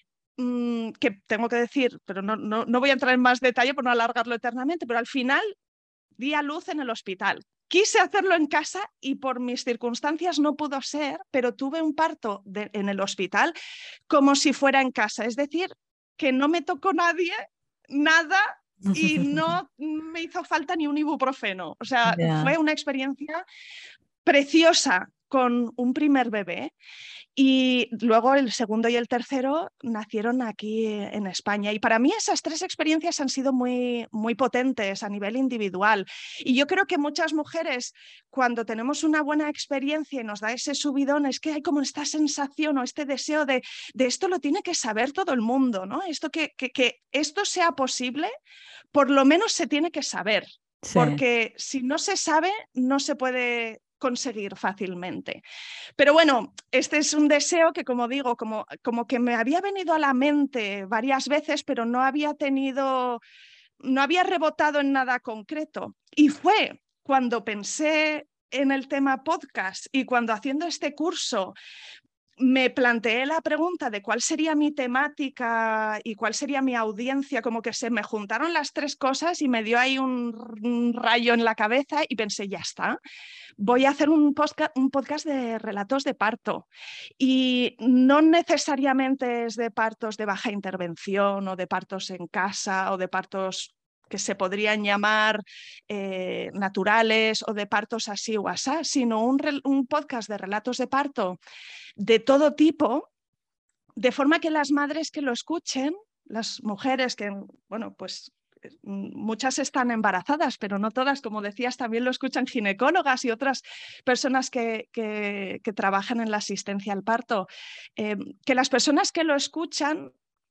mmm, que tengo que decir, pero no, no, no voy a entrar en más detalle por no alargarlo eternamente, pero al final di a luz en el hospital. Quise hacerlo en casa y por mis circunstancias no pudo ser, pero tuve un parto de, en el hospital como si fuera en casa. Es decir, que no me tocó nadie, nada, y no me hizo falta ni un ibuprofeno. O sea, Yeah. fue una experiencia preciosa con un primer bebé. Y luego el segundo y el tercero nacieron aquí en España. Y para mí esas tres experiencias han sido muy, muy potentes a nivel individual. Y yo creo que muchas mujeres, cuando tenemos una buena experiencia y nos da ese subidón, es que hay como esta sensación o este deseo de, de esto lo tiene que saber todo el mundo, ¿no? Esto que, que, que esto sea posible, por lo menos se tiene que saber. Sí. Porque si no se sabe, no se puede conseguir fácilmente. Pero bueno, este es un deseo que, como digo, como, como que me había venido a la mente varias veces, pero no había tenido, no había rebotado en nada concreto. Y fue cuando pensé en el tema podcast y cuando haciendo este curso me planteé la pregunta de cuál sería mi temática y cuál sería mi audiencia, como que se me juntaron las tres cosas y me dio ahí un, un rayo en la cabeza y pensé, ya está, voy a hacer un podcast, un podcast de relatos de parto y no necesariamente es de partos de baja intervención o de partos en casa o de partos que se podrían llamar eh, naturales o de partos así o asá, sino un, un podcast de relatos de parto de todo tipo, de forma que las madres que lo escuchen, las mujeres que, bueno, pues muchas están embarazadas, pero no todas, como decías, también lo escuchan ginecólogas y otras personas que, que, que trabajan en la asistencia al parto, eh, que las personas que lo escuchan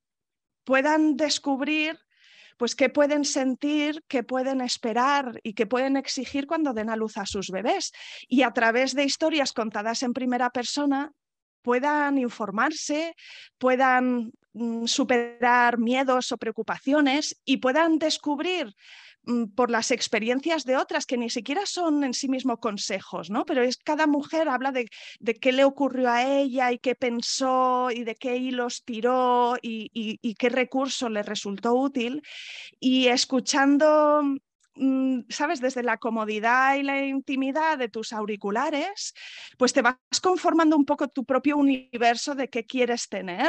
puedan descubrir pues qué pueden sentir, qué pueden esperar y qué pueden exigir cuando den a luz a sus bebés. Y a través de historias contadas en primera persona puedan informarse, puedan mm, superar miedos o preocupaciones y puedan descubrir mm, por las experiencias de otras que ni siquiera son en sí mismos consejos, ¿no? Pero es cada mujer habla de, de qué le ocurrió a ella y qué pensó y de qué hilos tiró y, y, y qué recurso le resultó útil. Y escuchando, ¿sabes? Desde la comodidad y la intimidad de tus auriculares, pues te vas conformando un poco tu propio universo de qué quieres tener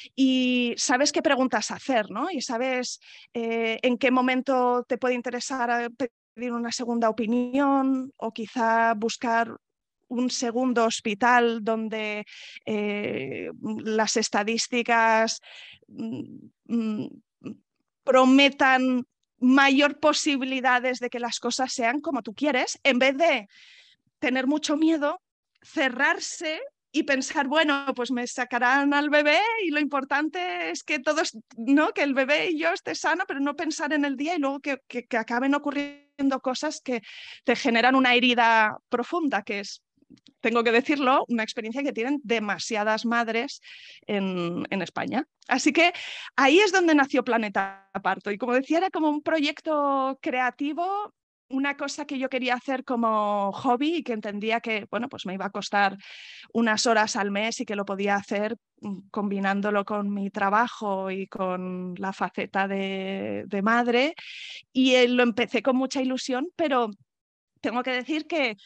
y sabes qué preguntas hacer, ¿no? Y sabes eh, en qué momento te puede interesar pedir una segunda opinión o quizá buscar un segundo hospital donde eh, las estadísticas mm, mm, prometan mayor posibilidades de que las cosas sean como tú quieres, en vez de tener mucho miedo, cerrarse y pensar, bueno, pues me sacarán al bebé y lo importante es que todos, ¿no? Que el bebé y yo esté sano, pero no pensar en el día y luego que, que, que acaben ocurriendo cosas que te generan una herida profunda, que es, tengo que decirlo, una experiencia que tienen demasiadas madres en, en España. Así que ahí es donde nació Planeta Parto. Y como decía, era como un proyecto creativo, una cosa que yo quería hacer como hobby y que entendía que, bueno, pues me iba a costar unas horas al mes y que lo podía hacer combinándolo con mi trabajo y con la faceta de, de madre. Y eh, lo empecé con mucha ilusión, pero tengo que decir que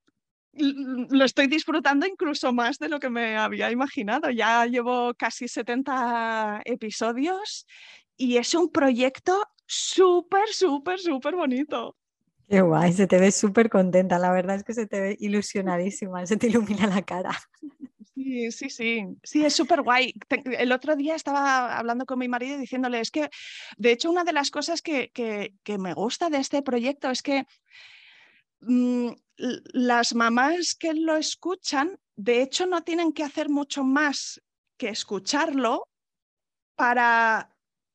lo estoy disfrutando incluso más de lo que me había imaginado. Ya llevo casi setenta episodios y es un proyecto súper, súper, súper bonito. Qué guay, se te ve súper contenta, la verdad es que se te ve ilusionadísima, se te ilumina la cara. Sí, sí, sí, sí, es súper guay. El otro día estaba hablando con mi marido y diciéndole, es que, de hecho, una de las cosas que, que, que me gusta de este proyecto es que mmm, las mamás que lo escuchan, de hecho, no tienen que hacer mucho más que escucharlo para,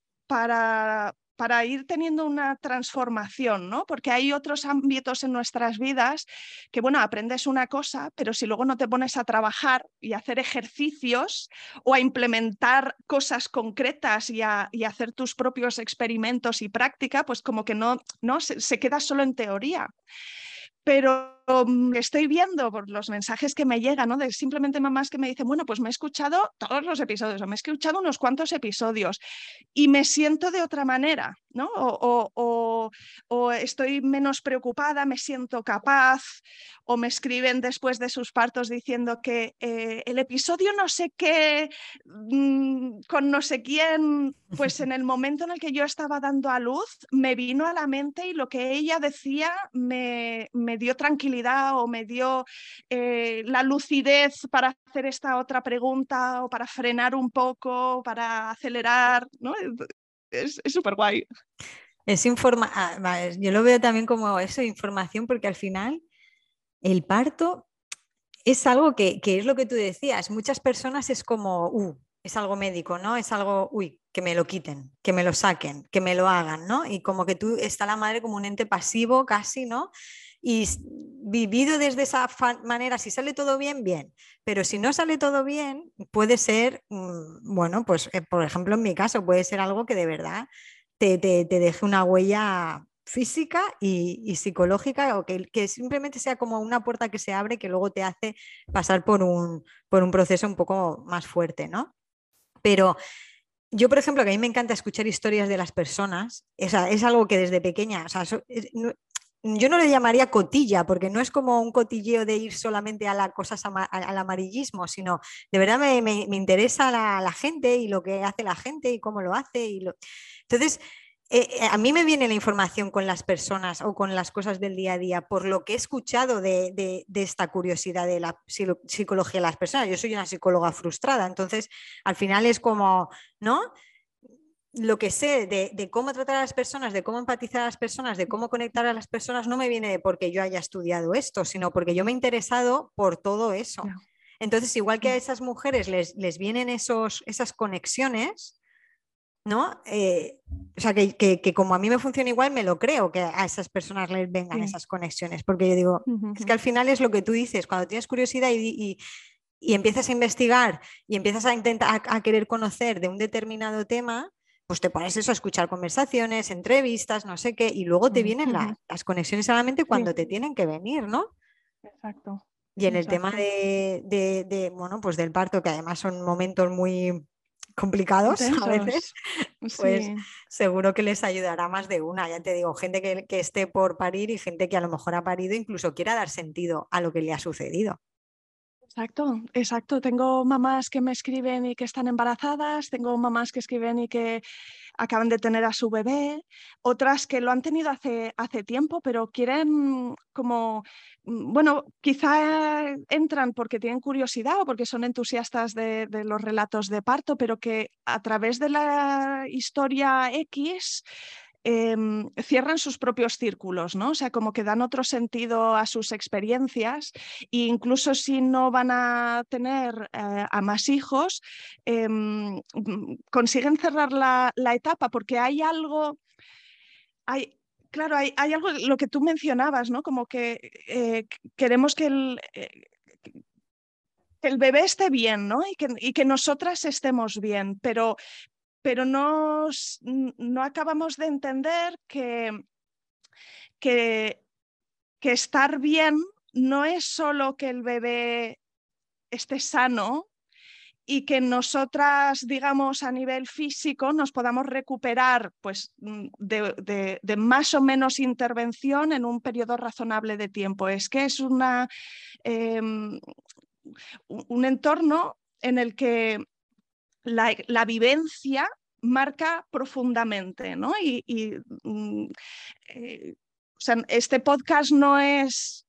para, para ir teniendo una transformación, ¿no? Porque hay otros ámbitos en nuestras vidas que, bueno, aprendes una cosa, pero si luego no te pones a trabajar y a hacer ejercicios o a implementar cosas concretas y a, y a hacer tus propios experimentos y práctica, pues como que no, no se, se queda solo en teoría. Pero um, estoy viendo por los mensajes que me llegan, ¿no? De simplemente mamás que me dicen, bueno, pues me he escuchado todos los episodios o me he escuchado unos cuantos episodios y me siento de otra manera, ¿no? O, o, o, o estoy menos preocupada, me siento capaz, o me escriben después de sus partos diciendo que eh, el episodio no sé qué, mmm, con no sé quién, pues en el momento en el que yo estaba dando a luz, me vino a la mente y lo que ella decía me, me dio tranquilidad o me dio eh, la lucidez para hacer esta otra pregunta o para frenar un poco, para acelerar, ¿no? Es súper guay. Es informa ah, yo lo veo también como eso, información, porque al final el parto es algo que, que es lo que tú decías. Muchas personas es como, uh, es algo médico, ¿no? Es algo, uy, que me lo quiten, que me lo saquen, que me lo hagan, ¿no? Y como que tú está la madre como un ente pasivo casi, ¿no? Y vivido desde esa manera, si sale todo bien, bien. Pero si no sale todo bien, puede ser, mmm, bueno, pues eh, por ejemplo en mi caso, puede ser algo que de verdad te, te, te deje una huella física y, y psicológica, o que, que, simplemente sea como una puerta que se abre que luego te hace pasar por un, por un proceso un poco más fuerte, ¿no? Pero yo, por ejemplo, que a mí me encanta escuchar historias de las personas, o sea, es algo que desde pequeña, o sea, so, es, no, yo no le llamaría cotilla, porque no es como un cotilleo de ir solamente a la cosas ama, al amarillismo, sino de verdad me, me, me interesa la, la gente y lo que hace la gente y cómo lo hace. Y lo... Entonces, eh, a mí me viene la información con las personas o con las cosas del día a día por lo que he escuchado de, de, de esta curiosidad de la psicología de las personas. Yo soy una psicóloga frustrada, entonces al final es como, ¿no? Lo que sé de, de cómo tratar a las personas, de cómo empatizar a las personas, de cómo conectar a las personas, no me viene de porque yo haya estudiado esto, sino porque yo me he interesado por todo eso. Yeah. Entonces, igual que a esas mujeres les, les vienen esos, esas conexiones, ¿no? Eh, o sea, que, que, que, como a mí me funciona igual, me lo creo que a esas personas les vengan sí. esas conexiones, porque yo digo, uh-huh. es que al final es lo que tú dices, cuando tienes curiosidad y, y, y empiezas a investigar y empiezas a intentar a, a querer conocer de un determinado tema, pues te pones eso a escuchar conversaciones, entrevistas, no sé qué, y luego te vienen uh-huh. la, las conexiones a la mente cuando sí. te tienen que venir, ¿no? Exacto. Y en Exacto. el tema de, de, de, bueno, pues del parto, que además son momentos muy complicados Intensos. A veces, pues sí. seguro que les ayudará más de una. Ya te digo, gente que, que esté por parir y gente que a lo mejor ha parido, incluso quiera dar sentido a lo que le ha sucedido. Exacto, exacto. Tengo mamás que me escriben y que están embarazadas, tengo mamás que escriben y que acaban de tener a su bebé, otras que lo han tenido hace, hace tiempo, pero quieren como, bueno, quizá entran porque tienen curiosidad o porque son entusiastas de, de los relatos de parto, pero que a través de la historia X eh, cierran sus propios círculos, ¿no? O sea, como que dan otro sentido a sus experiencias e incluso si no van a tener eh, a más hijos, eh, consiguen cerrar la, la etapa porque hay algo... Hay, Claro, hay, hay algo, lo que tú mencionabas, ¿no? Como que eh, queremos que el, eh, que el bebé esté bien, ¿no? Y que, y que nosotras estemos bien, pero, pero nos, no acabamos de entender que, que, que estar bien no es solo que el bebé esté sano y que nosotras, digamos, a nivel físico nos podamos recuperar pues, de, de, de más o menos intervención en un periodo razonable de tiempo. Es que es una, eh, un entorno en el que la, la vivencia marca profundamente, ¿no? Y, y eh, o sea, este podcast no es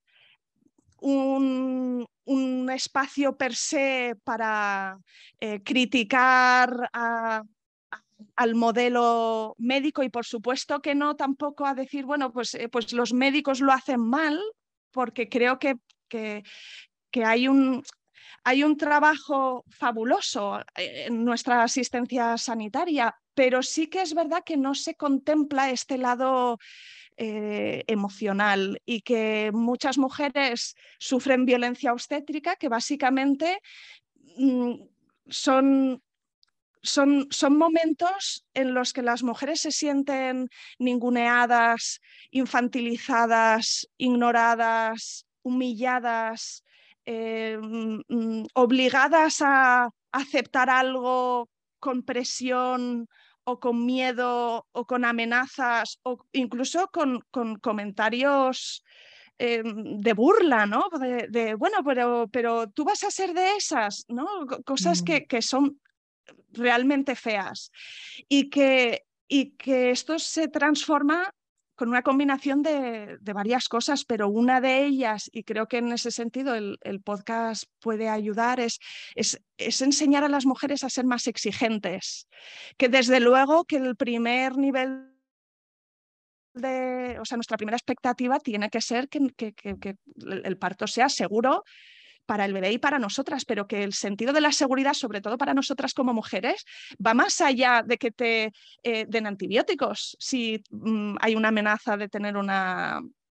un, un espacio per se para eh, criticar a, a, al modelo médico y por supuesto que no tampoco a decir, bueno, pues, eh, pues los médicos lo hacen mal, porque creo que, que, que hay un... Hay un trabajo fabuloso en nuestra asistencia sanitaria, pero sí que es verdad que no se contempla este lado eh, emocional y que muchas mujeres sufren violencia obstétrica que básicamente mmm, son, son, son momentos en los que las mujeres se sienten ninguneadas, infantilizadas, ignoradas, humilladas, eh, mm, obligadas a aceptar algo con presión o con miedo o con amenazas o incluso con, con comentarios eh, de burla, ¿no? De, de bueno, pero, pero tú vas a ser de esas, ¿no? Cosas que, que son realmente feas y que, y que esto se transforma con una combinación de, de, varias cosas, pero una de ellas, y creo que en ese sentido el, el podcast puede ayudar, es, es, es enseñar a las mujeres a ser más exigentes, que desde luego que el primer nivel de, o sea, nuestra primera expectativa tiene que ser que, que, que, que el parto sea seguro para el bebé y para nosotras, pero que el sentido de la seguridad, sobre todo para nosotras como mujeres, va más allá de que te eh, den antibióticos si mmm, hay una amenaza de tener una,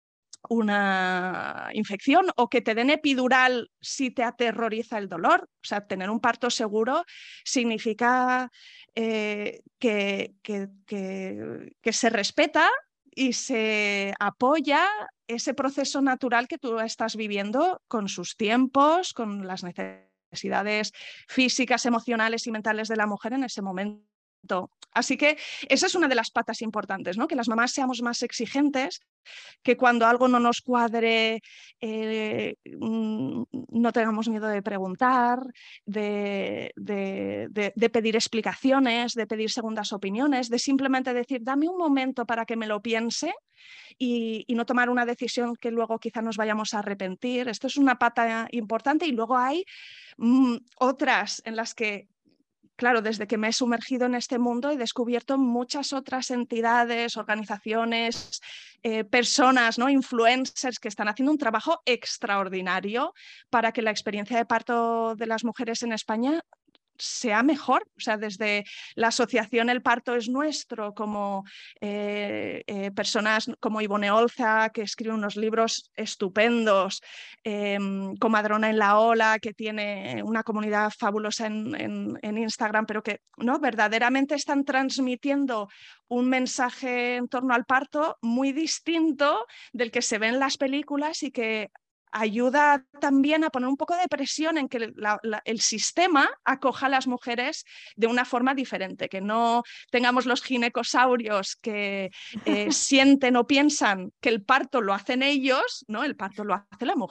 una infección o que te den epidural si te aterroriza el dolor. O sea, tener un parto seguro significa eh, que, que, que, que se respeta y se apoya ese proceso natural que tú estás viviendo con sus tiempos, con las necesidades físicas, emocionales y mentales de la mujer en ese momento. Así que esa es una de las patas importantes, ¿no? Que las mamás seamos más exigentes, que cuando algo no nos cuadre eh, no tengamos miedo de preguntar, de, de, de, de pedir explicaciones, de pedir segundas opiniones, de simplemente decir, dame un momento para que me lo piense y, y no tomar una decisión que luego quizá nos vayamos a arrepentir. Esto es una pata importante y luego hay mmm, otras en las que claro, desde que me he sumergido en este mundo he descubierto muchas otras entidades, organizaciones, eh, personas, ¿no? Influencers que están haciendo un trabajo extraordinario para que la experiencia de parto de las mujeres en España sea mejor. O sea, desde la asociación El Parto es Nuestro, como eh, eh, personas como Ivone Olza, que escribe unos libros estupendos, eh, Comadrona en la Ola, que tiene una comunidad fabulosa en, en, en Instagram, pero que ¿no? verdaderamente están transmitiendo un mensaje en torno al parto muy distinto del que se ve en las películas y que ayuda también a poner un poco de presión en que la, la, el sistema acoja a las mujeres de una forma diferente, que no tengamos los ginecosaurios que eh, sienten o piensan que el parto lo hacen ellos, ¿no? El parto lo hace la mujer.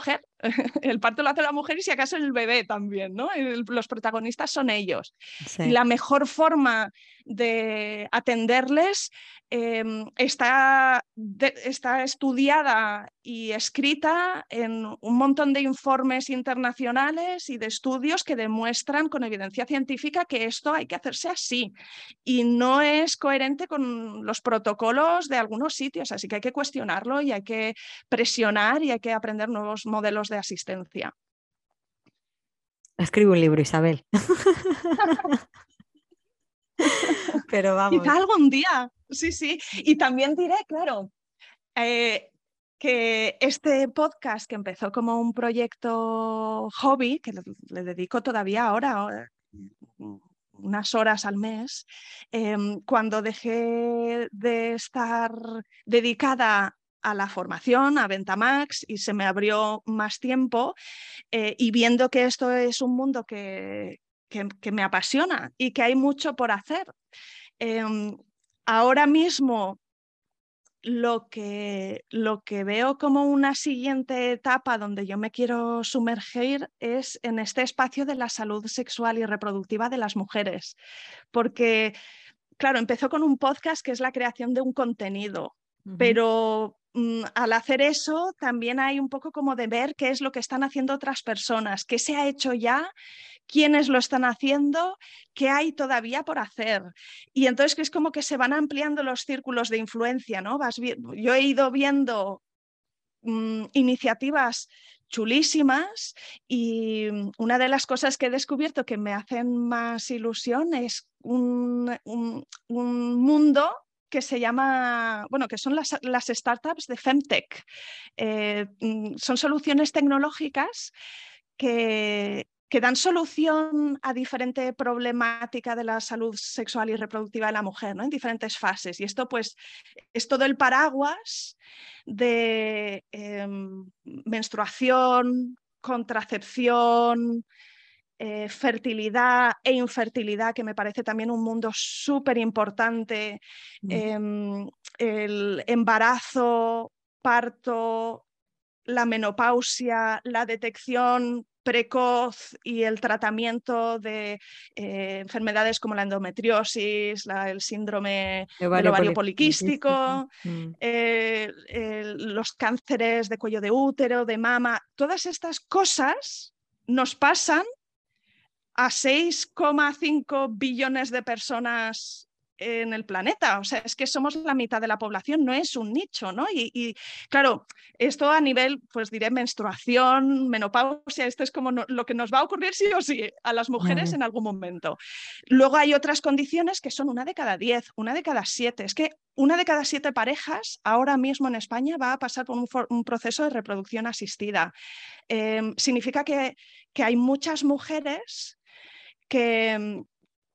El parto lo hace la mujer y si acaso el bebé también, ¿no? El, los protagonistas son ellos. Sí. Y la mejor forma de atenderles eh, está, de, está estudiada y escrita en un montón de informes internacionales y de estudios que demuestran con evidencia científica que esto hay que hacerse así y no es coherente con los protocolos de algunos sitios, así que hay que cuestionarlo y hay que presionar y hay que aprender nuevos modelos de asistencia. Escribo un libro, Isabel. Pero vamos. Quizá algún día, sí, sí. Y también diré, claro, eh, que este podcast que empezó como un proyecto hobby, que le, le dedico todavía ahora unas horas al mes, eh, cuando dejé de estar dedicada a la formación, a Ventamax, y se me abrió más tiempo, eh, y viendo que esto es un mundo que, que, que me apasiona y que hay mucho por hacer. Eh, ahora mismo lo que, lo que veo como una siguiente etapa donde yo me quiero sumergir es en este espacio de la salud sexual y reproductiva de las mujeres, porque, claro, empezó con un podcast que es la creación de un contenido, uh-huh. pero mm, al hacer eso también hay un poco como de ver qué es lo que están haciendo otras personas, qué se ha hecho ya, quiénes lo están haciendo, qué hay todavía por hacer. Y entonces es como que se van ampliando los círculos de influencia, ¿no? Vas vi- Yo he ido viendo mmm, iniciativas chulísimas y una de las cosas que he descubierto que me hacen más ilusión es un, un, un mundo que se llama, bueno, que son las, las startups de Femtech. Eh, son soluciones tecnológicas que, que dan solución a diferente problemática de la salud sexual y reproductiva de la mujer, ¿no? En diferentes fases. Y esto pues es todo el paraguas de eh, menstruación, contracepción, eh, fertilidad e infertilidad, que me parece también un mundo súper importante, mm. eh, el embarazo, parto, la menopausia, la detección precoz y el tratamiento de eh, enfermedades como la endometriosis, la, el síndrome ovario del ovario poliquístico, mm. eh, eh, los cánceres de cuello de útero, de mama, todas estas cosas nos pasan a seis coma cinco billones de personas en el planeta, o sea, es que somos la mitad de la población, no es un nicho, ¿no? Y, y claro, esto a nivel, pues diré, menstruación, menopausia, esto es como no, lo que nos va a ocurrir sí o sí a las mujeres en algún momento. Luego hay otras condiciones que son una de cada diez, una de cada siete, es que una de cada siete parejas ahora mismo en España va a pasar por un, un proceso de reproducción asistida. Eh, significa que, que hay muchas mujeres que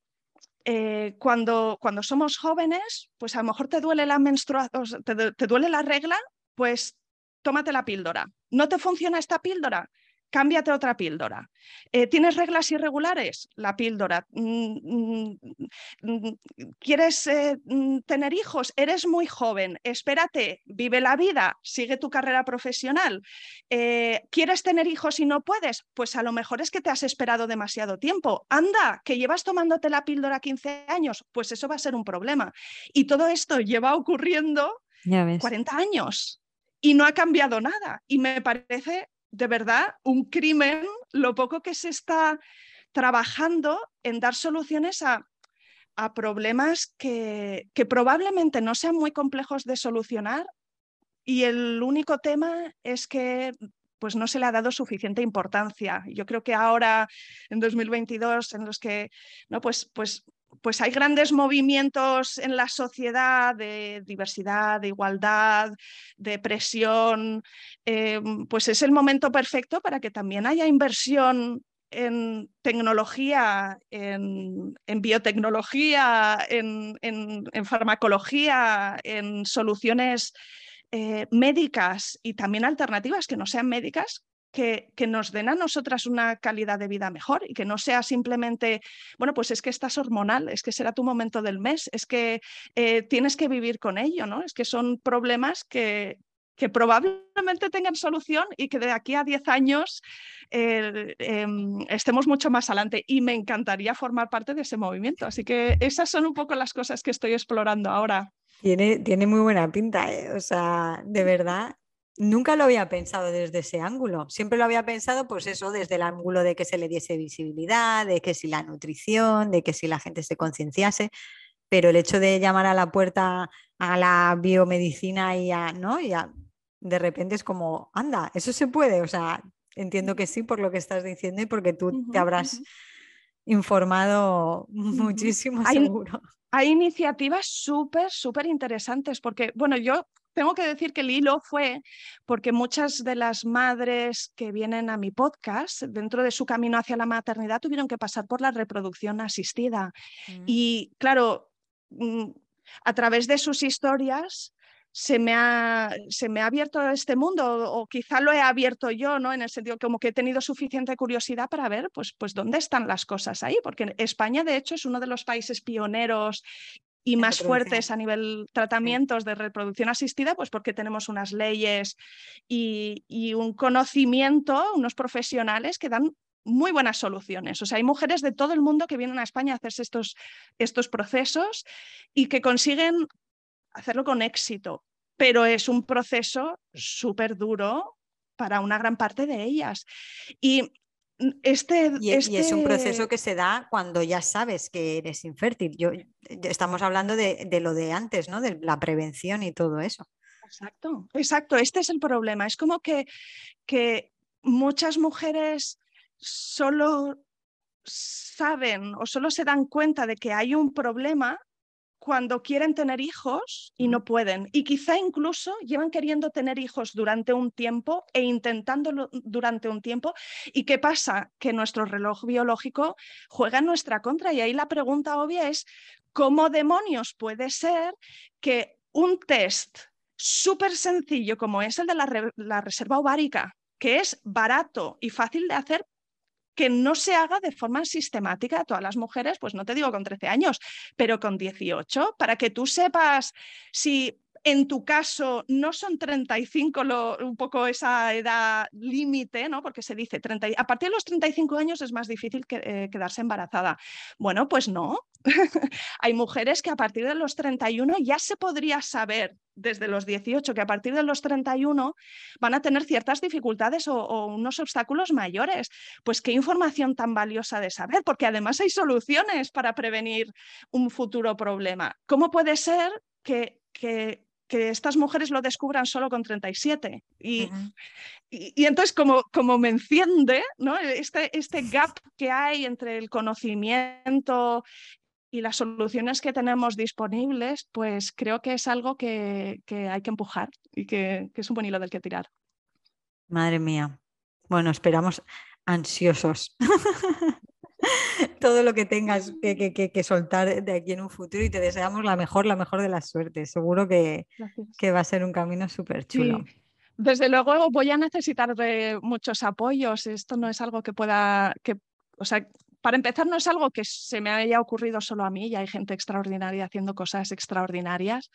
eh, cuando, cuando somos jóvenes, pues a lo mejor te duele la menstruación, te, te duele la regla, pues tómate la píldora. ¿No te funciona esta píldora? Cámbiate otra píldora. Eh, ¿Tienes reglas irregulares? La píldora. Mm, mm, ¿Quieres eh, tener hijos? Eres muy joven. Espérate, vive la vida, sigue tu carrera profesional. Eh, ¿Quieres tener hijos y no puedes? Pues a lo mejor es que te has esperado demasiado tiempo. Anda, que llevas tomándote la píldora quince años, pues eso va a ser un problema. Y todo esto lleva ocurriendo ya ves. cuarenta años y no ha cambiado nada. Y me parece de verdad un crimen lo poco que se está trabajando en dar soluciones a, a problemas que, que probablemente no sean muy complejos de solucionar y el único tema es que pues no se le ha dado suficiente importancia. Yo creo que ahora, en dos mil veintidós, en los que no, pues, pues, pues hay grandes movimientos en la sociedad de diversidad, de igualdad, de presión, eh, pues es el momento perfecto para que también haya inversión en tecnología, en, en biotecnología, en, en, en farmacología, en soluciones eh, médicas y también alternativas que no sean médicas, que, que nos den a nosotras una calidad de vida mejor y que no sea simplemente, bueno, pues es que estás hormonal, es que será tu momento del mes, es que eh, tienes que vivir con ello, ¿no? Es que son problemas que, que probablemente tengan solución y que de aquí a diez años eh, eh, estemos mucho más adelante. Y me encantaría formar parte de ese movimiento. Así que esas son un poco las cosas que estoy explorando ahora. Tiene, tiene muy buena pinta, ¿eh? O sea, de verdad, nunca lo había pensado desde ese ángulo. Siempre lo había pensado, pues eso, desde el ángulo de que se le diese visibilidad, de que si la nutrición, de que si la gente se concienciase, pero el hecho de llamar a la puerta a la biomedicina y a, ¿no? Y a- de repente es como, anda, eso se puede. O sea, entiendo que sí por lo que estás diciendo y porque tú te Ujú, habrás ujú, informado ujú. muchísimo, Hay, seguro. hay iniciativas súper, súper interesantes porque, bueno, yo tengo que decir que el hilo fue porque muchas de las madres que vienen a mi podcast, dentro de su camino hacia la maternidad, tuvieron que pasar por la reproducción asistida. Mm. Y claro, mm, a través de sus historias se me ha, se me ha abierto este mundo, o, o quizá lo he abierto yo, ¿no? En el sentido como que he tenido suficiente curiosidad para ver pues, pues dónde están las cosas ahí, porque España de hecho es uno de los países pioneros y En más reproducción. fuertes a nivel Sí. tratamientos de reproducción asistida, pues porque tenemos unas leyes y, y un conocimiento, unos profesionales que dan muy buenas soluciones. O sea, hay mujeres de todo el mundo que vienen a España a hacerse estos, estos procesos y que consiguen hacerlo con éxito, pero es un proceso súper duro para una gran parte de ellas. Y este, Y, y es un proceso este que se da cuando ya sabes que eres infértil. Yo, estamos hablando de, de lo de antes, ¿no? De la prevención y todo eso. Exacto, exacto, este es el problema. Es como que, que muchas mujeres solo saben o solo se dan cuenta de que hay un problema cuando quieren tener hijos y Mm. no pueden. Y quizá incluso llevan queriendo tener hijos durante un tiempo e intentándolo durante un tiempo. ¿Y qué pasa? Que nuestro reloj biológico juega en nuestra contra. Y ahí la pregunta obvia es, ¿cómo demonios puede ser que un test súper sencillo como es el de la, re la reserva ovárica, que es barato y fácil de hacer, que no se haga de forma sistemática a todas las mujeres, pues no te digo con trece años, pero con dieciocho, para que tú sepas si en tu caso no son treinta y cinco lo, un poco esa edad límite, ¿no? Porque se dice treinta, a partir de los treinta y cinco años es más difícil que, eh, quedarse embarazada. Bueno, pues no. Hay mujeres que a partir de los treinta y uno ya se podría saber desde los dieciocho que a partir de los treinta y uno van a tener ciertas dificultades o, o unos obstáculos mayores. Pues qué información tan valiosa de saber, porque además hay soluciones para prevenir un futuro problema. ¿Cómo puede ser que, que, que estas mujeres lo descubran solo con treinta y siete? Y, Ujú. y, y entonces como, como me enciende, ¿no? este, este gap que hay entre el conocimiento y las soluciones que tenemos disponibles, pues creo que es algo que, que hay que empujar y que, que es un buen hilo del que tirar. Madre mía. Bueno, esperamos ansiosos todo lo que tengas que, que, que, que soltar de aquí en un futuro y te deseamos la mejor, la mejor de las suertes. Seguro que, Gracias. que va a ser un camino súper Sí, chulo. desde luego voy a necesitar de muchos apoyos. Esto no es algo que pueda, que, o sea, para empezar no es algo que se me haya ocurrido solo a mí, ya hay gente extraordinaria haciendo cosas extraordinarias.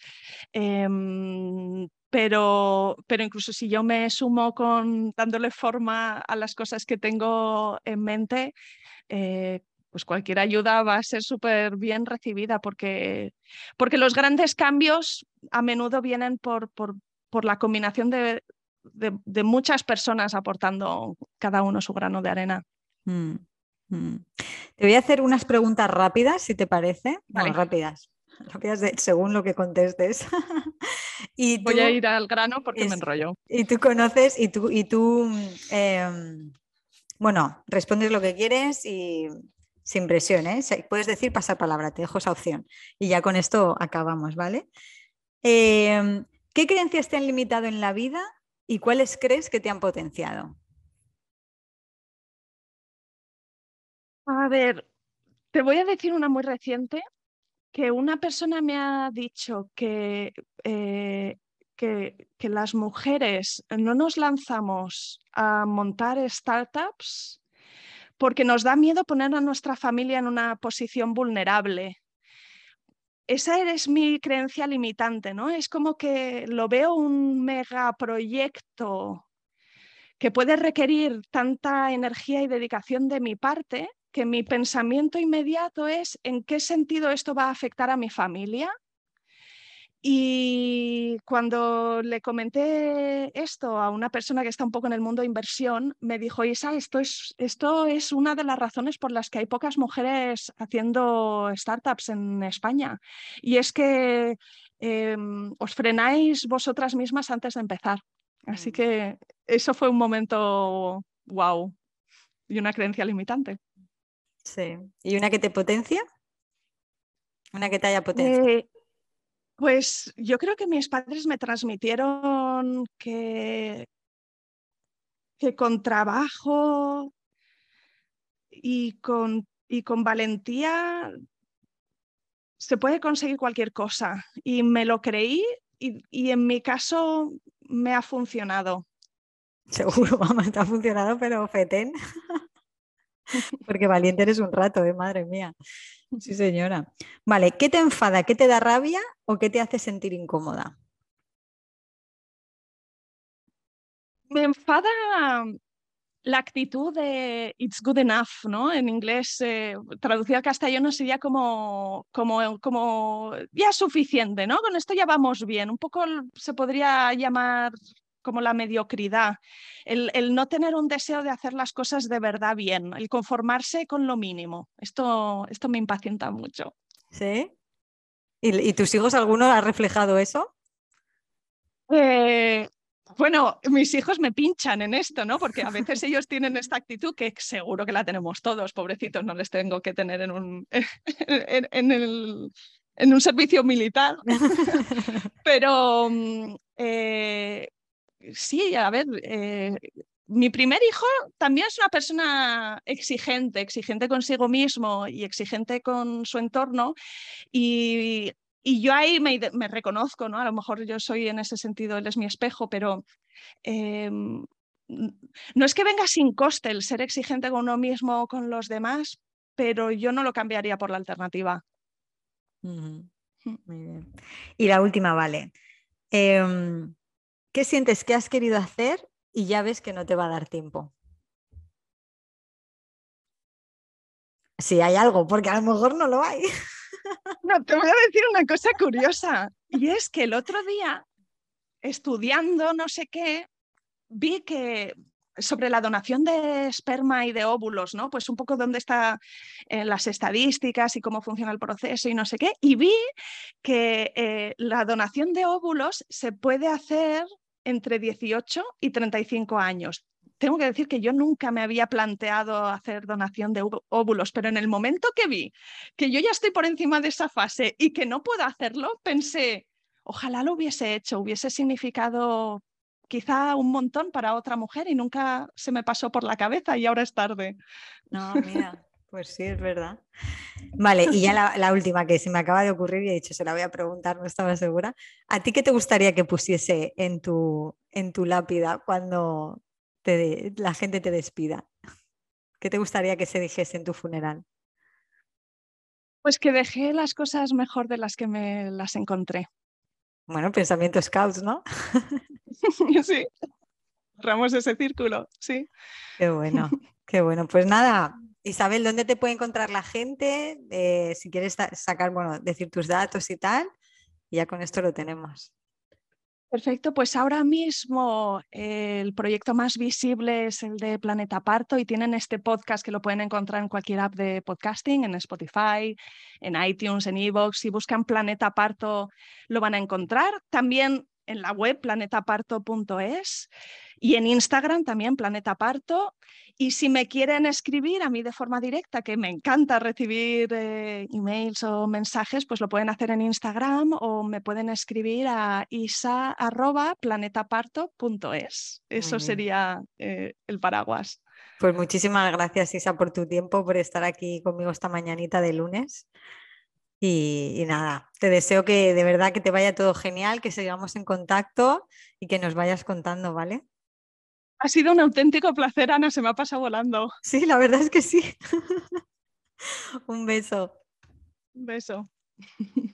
Em, pero, pero incluso si yo me sumo con dándole forma a las cosas que tengo en mente, eh, pues cualquier ayuda va a ser súper bien recibida porque, porque los grandes cambios a menudo vienen por, por, por la combinación de, de, de muchas personas aportando cada uno su grano de arena. Mm, mm. Te voy a hacer unas preguntas rápidas, si te parece. Bueno, Vale, rápidas, rápidas de- según lo que contestes. Y voy a tú, ir al grano porque me es, enrollo. y tú conoces, y tú, y tú em, bueno, respondes lo que quieres y sin presión, ¿eh? Si- Puedes decir pasar palabra, te dejo esa opción. Y ya con esto acabamos, ¿vale? Em, ¿qué creencias te han limitado en la vida y cuáles crees que te han potenciado? A ver, te voy a decir una muy reciente, que una persona me ha dicho que, eh, que, que las mujeres no nos lanzamos a montar startups porque nos da miedo poner a nuestra familia en una posición vulnerable. esa es mi creencia limitante, ¿no? Es como que lo veo un megaproyecto que puede requerir tanta energía y dedicación de mi parte, que mi pensamiento inmediato es en qué sentido esto va a afectar a mi familia. Y cuando le comenté esto a una persona que está un poco en el mundo de inversión, me dijo, Isa, esto es, esto es una de las razones por las que hay pocas mujeres haciendo startups en España. Y es que eh, os frenáis vosotras mismas antes de empezar. Así Mm. que eso fue un momento wow y una creencia limitante. Sí. ¿Y una que te potencia? Una que te haya potenciado. Eh, pues yo creo que mis padres me transmitieron que que con trabajo y con, y con valentía se puede conseguir cualquier cosa. Y me lo creí y, y en mi caso me ha funcionado. Seguro, Sí. vamos, te ha funcionado, pero fetén, porque valiente eres un rato, ¿eh? Madre mía. Sí, señora. Vale, ¿qué te enfada, qué te da rabia o qué te hace sentir incómoda? Me enfada la actitud de it's good enough, ¿no? En inglés, eh, traducido al castellano sería como, como, como ya es suficiente, ¿no? Con esto ya vamos bien. Un poco se podría llamar como la mediocridad, el, el no tener un deseo de hacer las cosas de verdad bien, el conformarse con lo mínimo. Esto, esto me impacienta mucho. ¿Sí? ¿Y, y tus hijos alguno ha reflejado eso? Eh, bueno, mis hijos me pinchan en esto, ¿no? Porque a veces ellos tienen esta actitud que seguro que la tenemos todos, pobrecitos, no les tengo que tener en un, en, en el, en un servicio militar. Pero mm, eh, sí, a ver, eh, mi primer hijo también es una persona exigente, exigente consigo mismo y exigente con su entorno. Y, y yo ahí me, me, reconozco, ¿no? A lo mejor yo soy en ese sentido, él es mi espejo, pero eh, no es que venga sin coste el ser exigente con uno mismo o con los demás, pero yo no lo cambiaría por la alternativa. Uh-huh. Muy bien. Y la última, vale. Eh, ¿qué sientes que has querido hacer y ya ves que no te va a dar tiempo? Si hay algo, porque a lo mejor no lo hay. No, te voy a decir una cosa curiosa, y es que el otro día, estudiando no sé qué, vi que sobre la donación de esperma y de óvulos, ¿no? Pues un poco dónde están eh, las estadísticas y cómo funciona el proceso y no sé qué, y vi que eh, la donación de óvulos se puede hacer entre dieciocho y treinta y cinco años. Tengo que decir que yo nunca me había planteado hacer donación de óvulos, pero en el momento que vi que yo ya estoy por encima de esa fase y que no puedo hacerlo, pensé, ojalá lo hubiese hecho, hubiese significado quizá un montón para otra mujer y nunca se me pasó por la cabeza y ahora es tarde. No, mira, pues sí, es verdad. Vale, y ya la, la última que se me acaba de ocurrir y he dicho, se la voy a preguntar, no estaba segura. ¿A ti qué te gustaría que pusiese en tu, en tu lápida cuando te, la gente te despida? ¿Qué te gustaría que se dijese en tu funeral? Pues que dejé las cosas mejor de las que me las encontré. Bueno, pensamiento scouts, ¿no? Sí, cerramos ese círculo, sí. Qué bueno, qué bueno. Pues nada, Isabel, ¿dónde te puede encontrar la gente? Eh, si quieres sacar, bueno, decir tus datos y tal, y ya con esto lo tenemos. Perfecto, pues ahora mismo eh, el proyecto más visible es el de Planeta Parto y tienen este podcast que lo pueden encontrar en cualquier app de podcasting, en Spotify, en iTunes, en iVoox. Si buscan Planeta Parto lo van a encontrar. También en la web planeta parto punto es y en Instagram también Planeta Parto. Y si me quieren escribir a mí de forma directa, que me encanta recibir eh, emails o mensajes, pues lo pueden hacer en Instagram o me pueden escribir a isa arroba planetaparto punto es. Muy Eso bien. sería eh, el paraguas. Pues muchísimas gracias, Isa, por tu tiempo, por estar aquí conmigo esta mañanita de lunes. Y, y nada, te deseo que de verdad que te vaya todo genial, que sigamos en contacto y que nos vayas contando, ¿vale? Ha sido un auténtico placer, Ana, se me ha pasado volando. Sí, la verdad es que sí. Un beso. Un beso.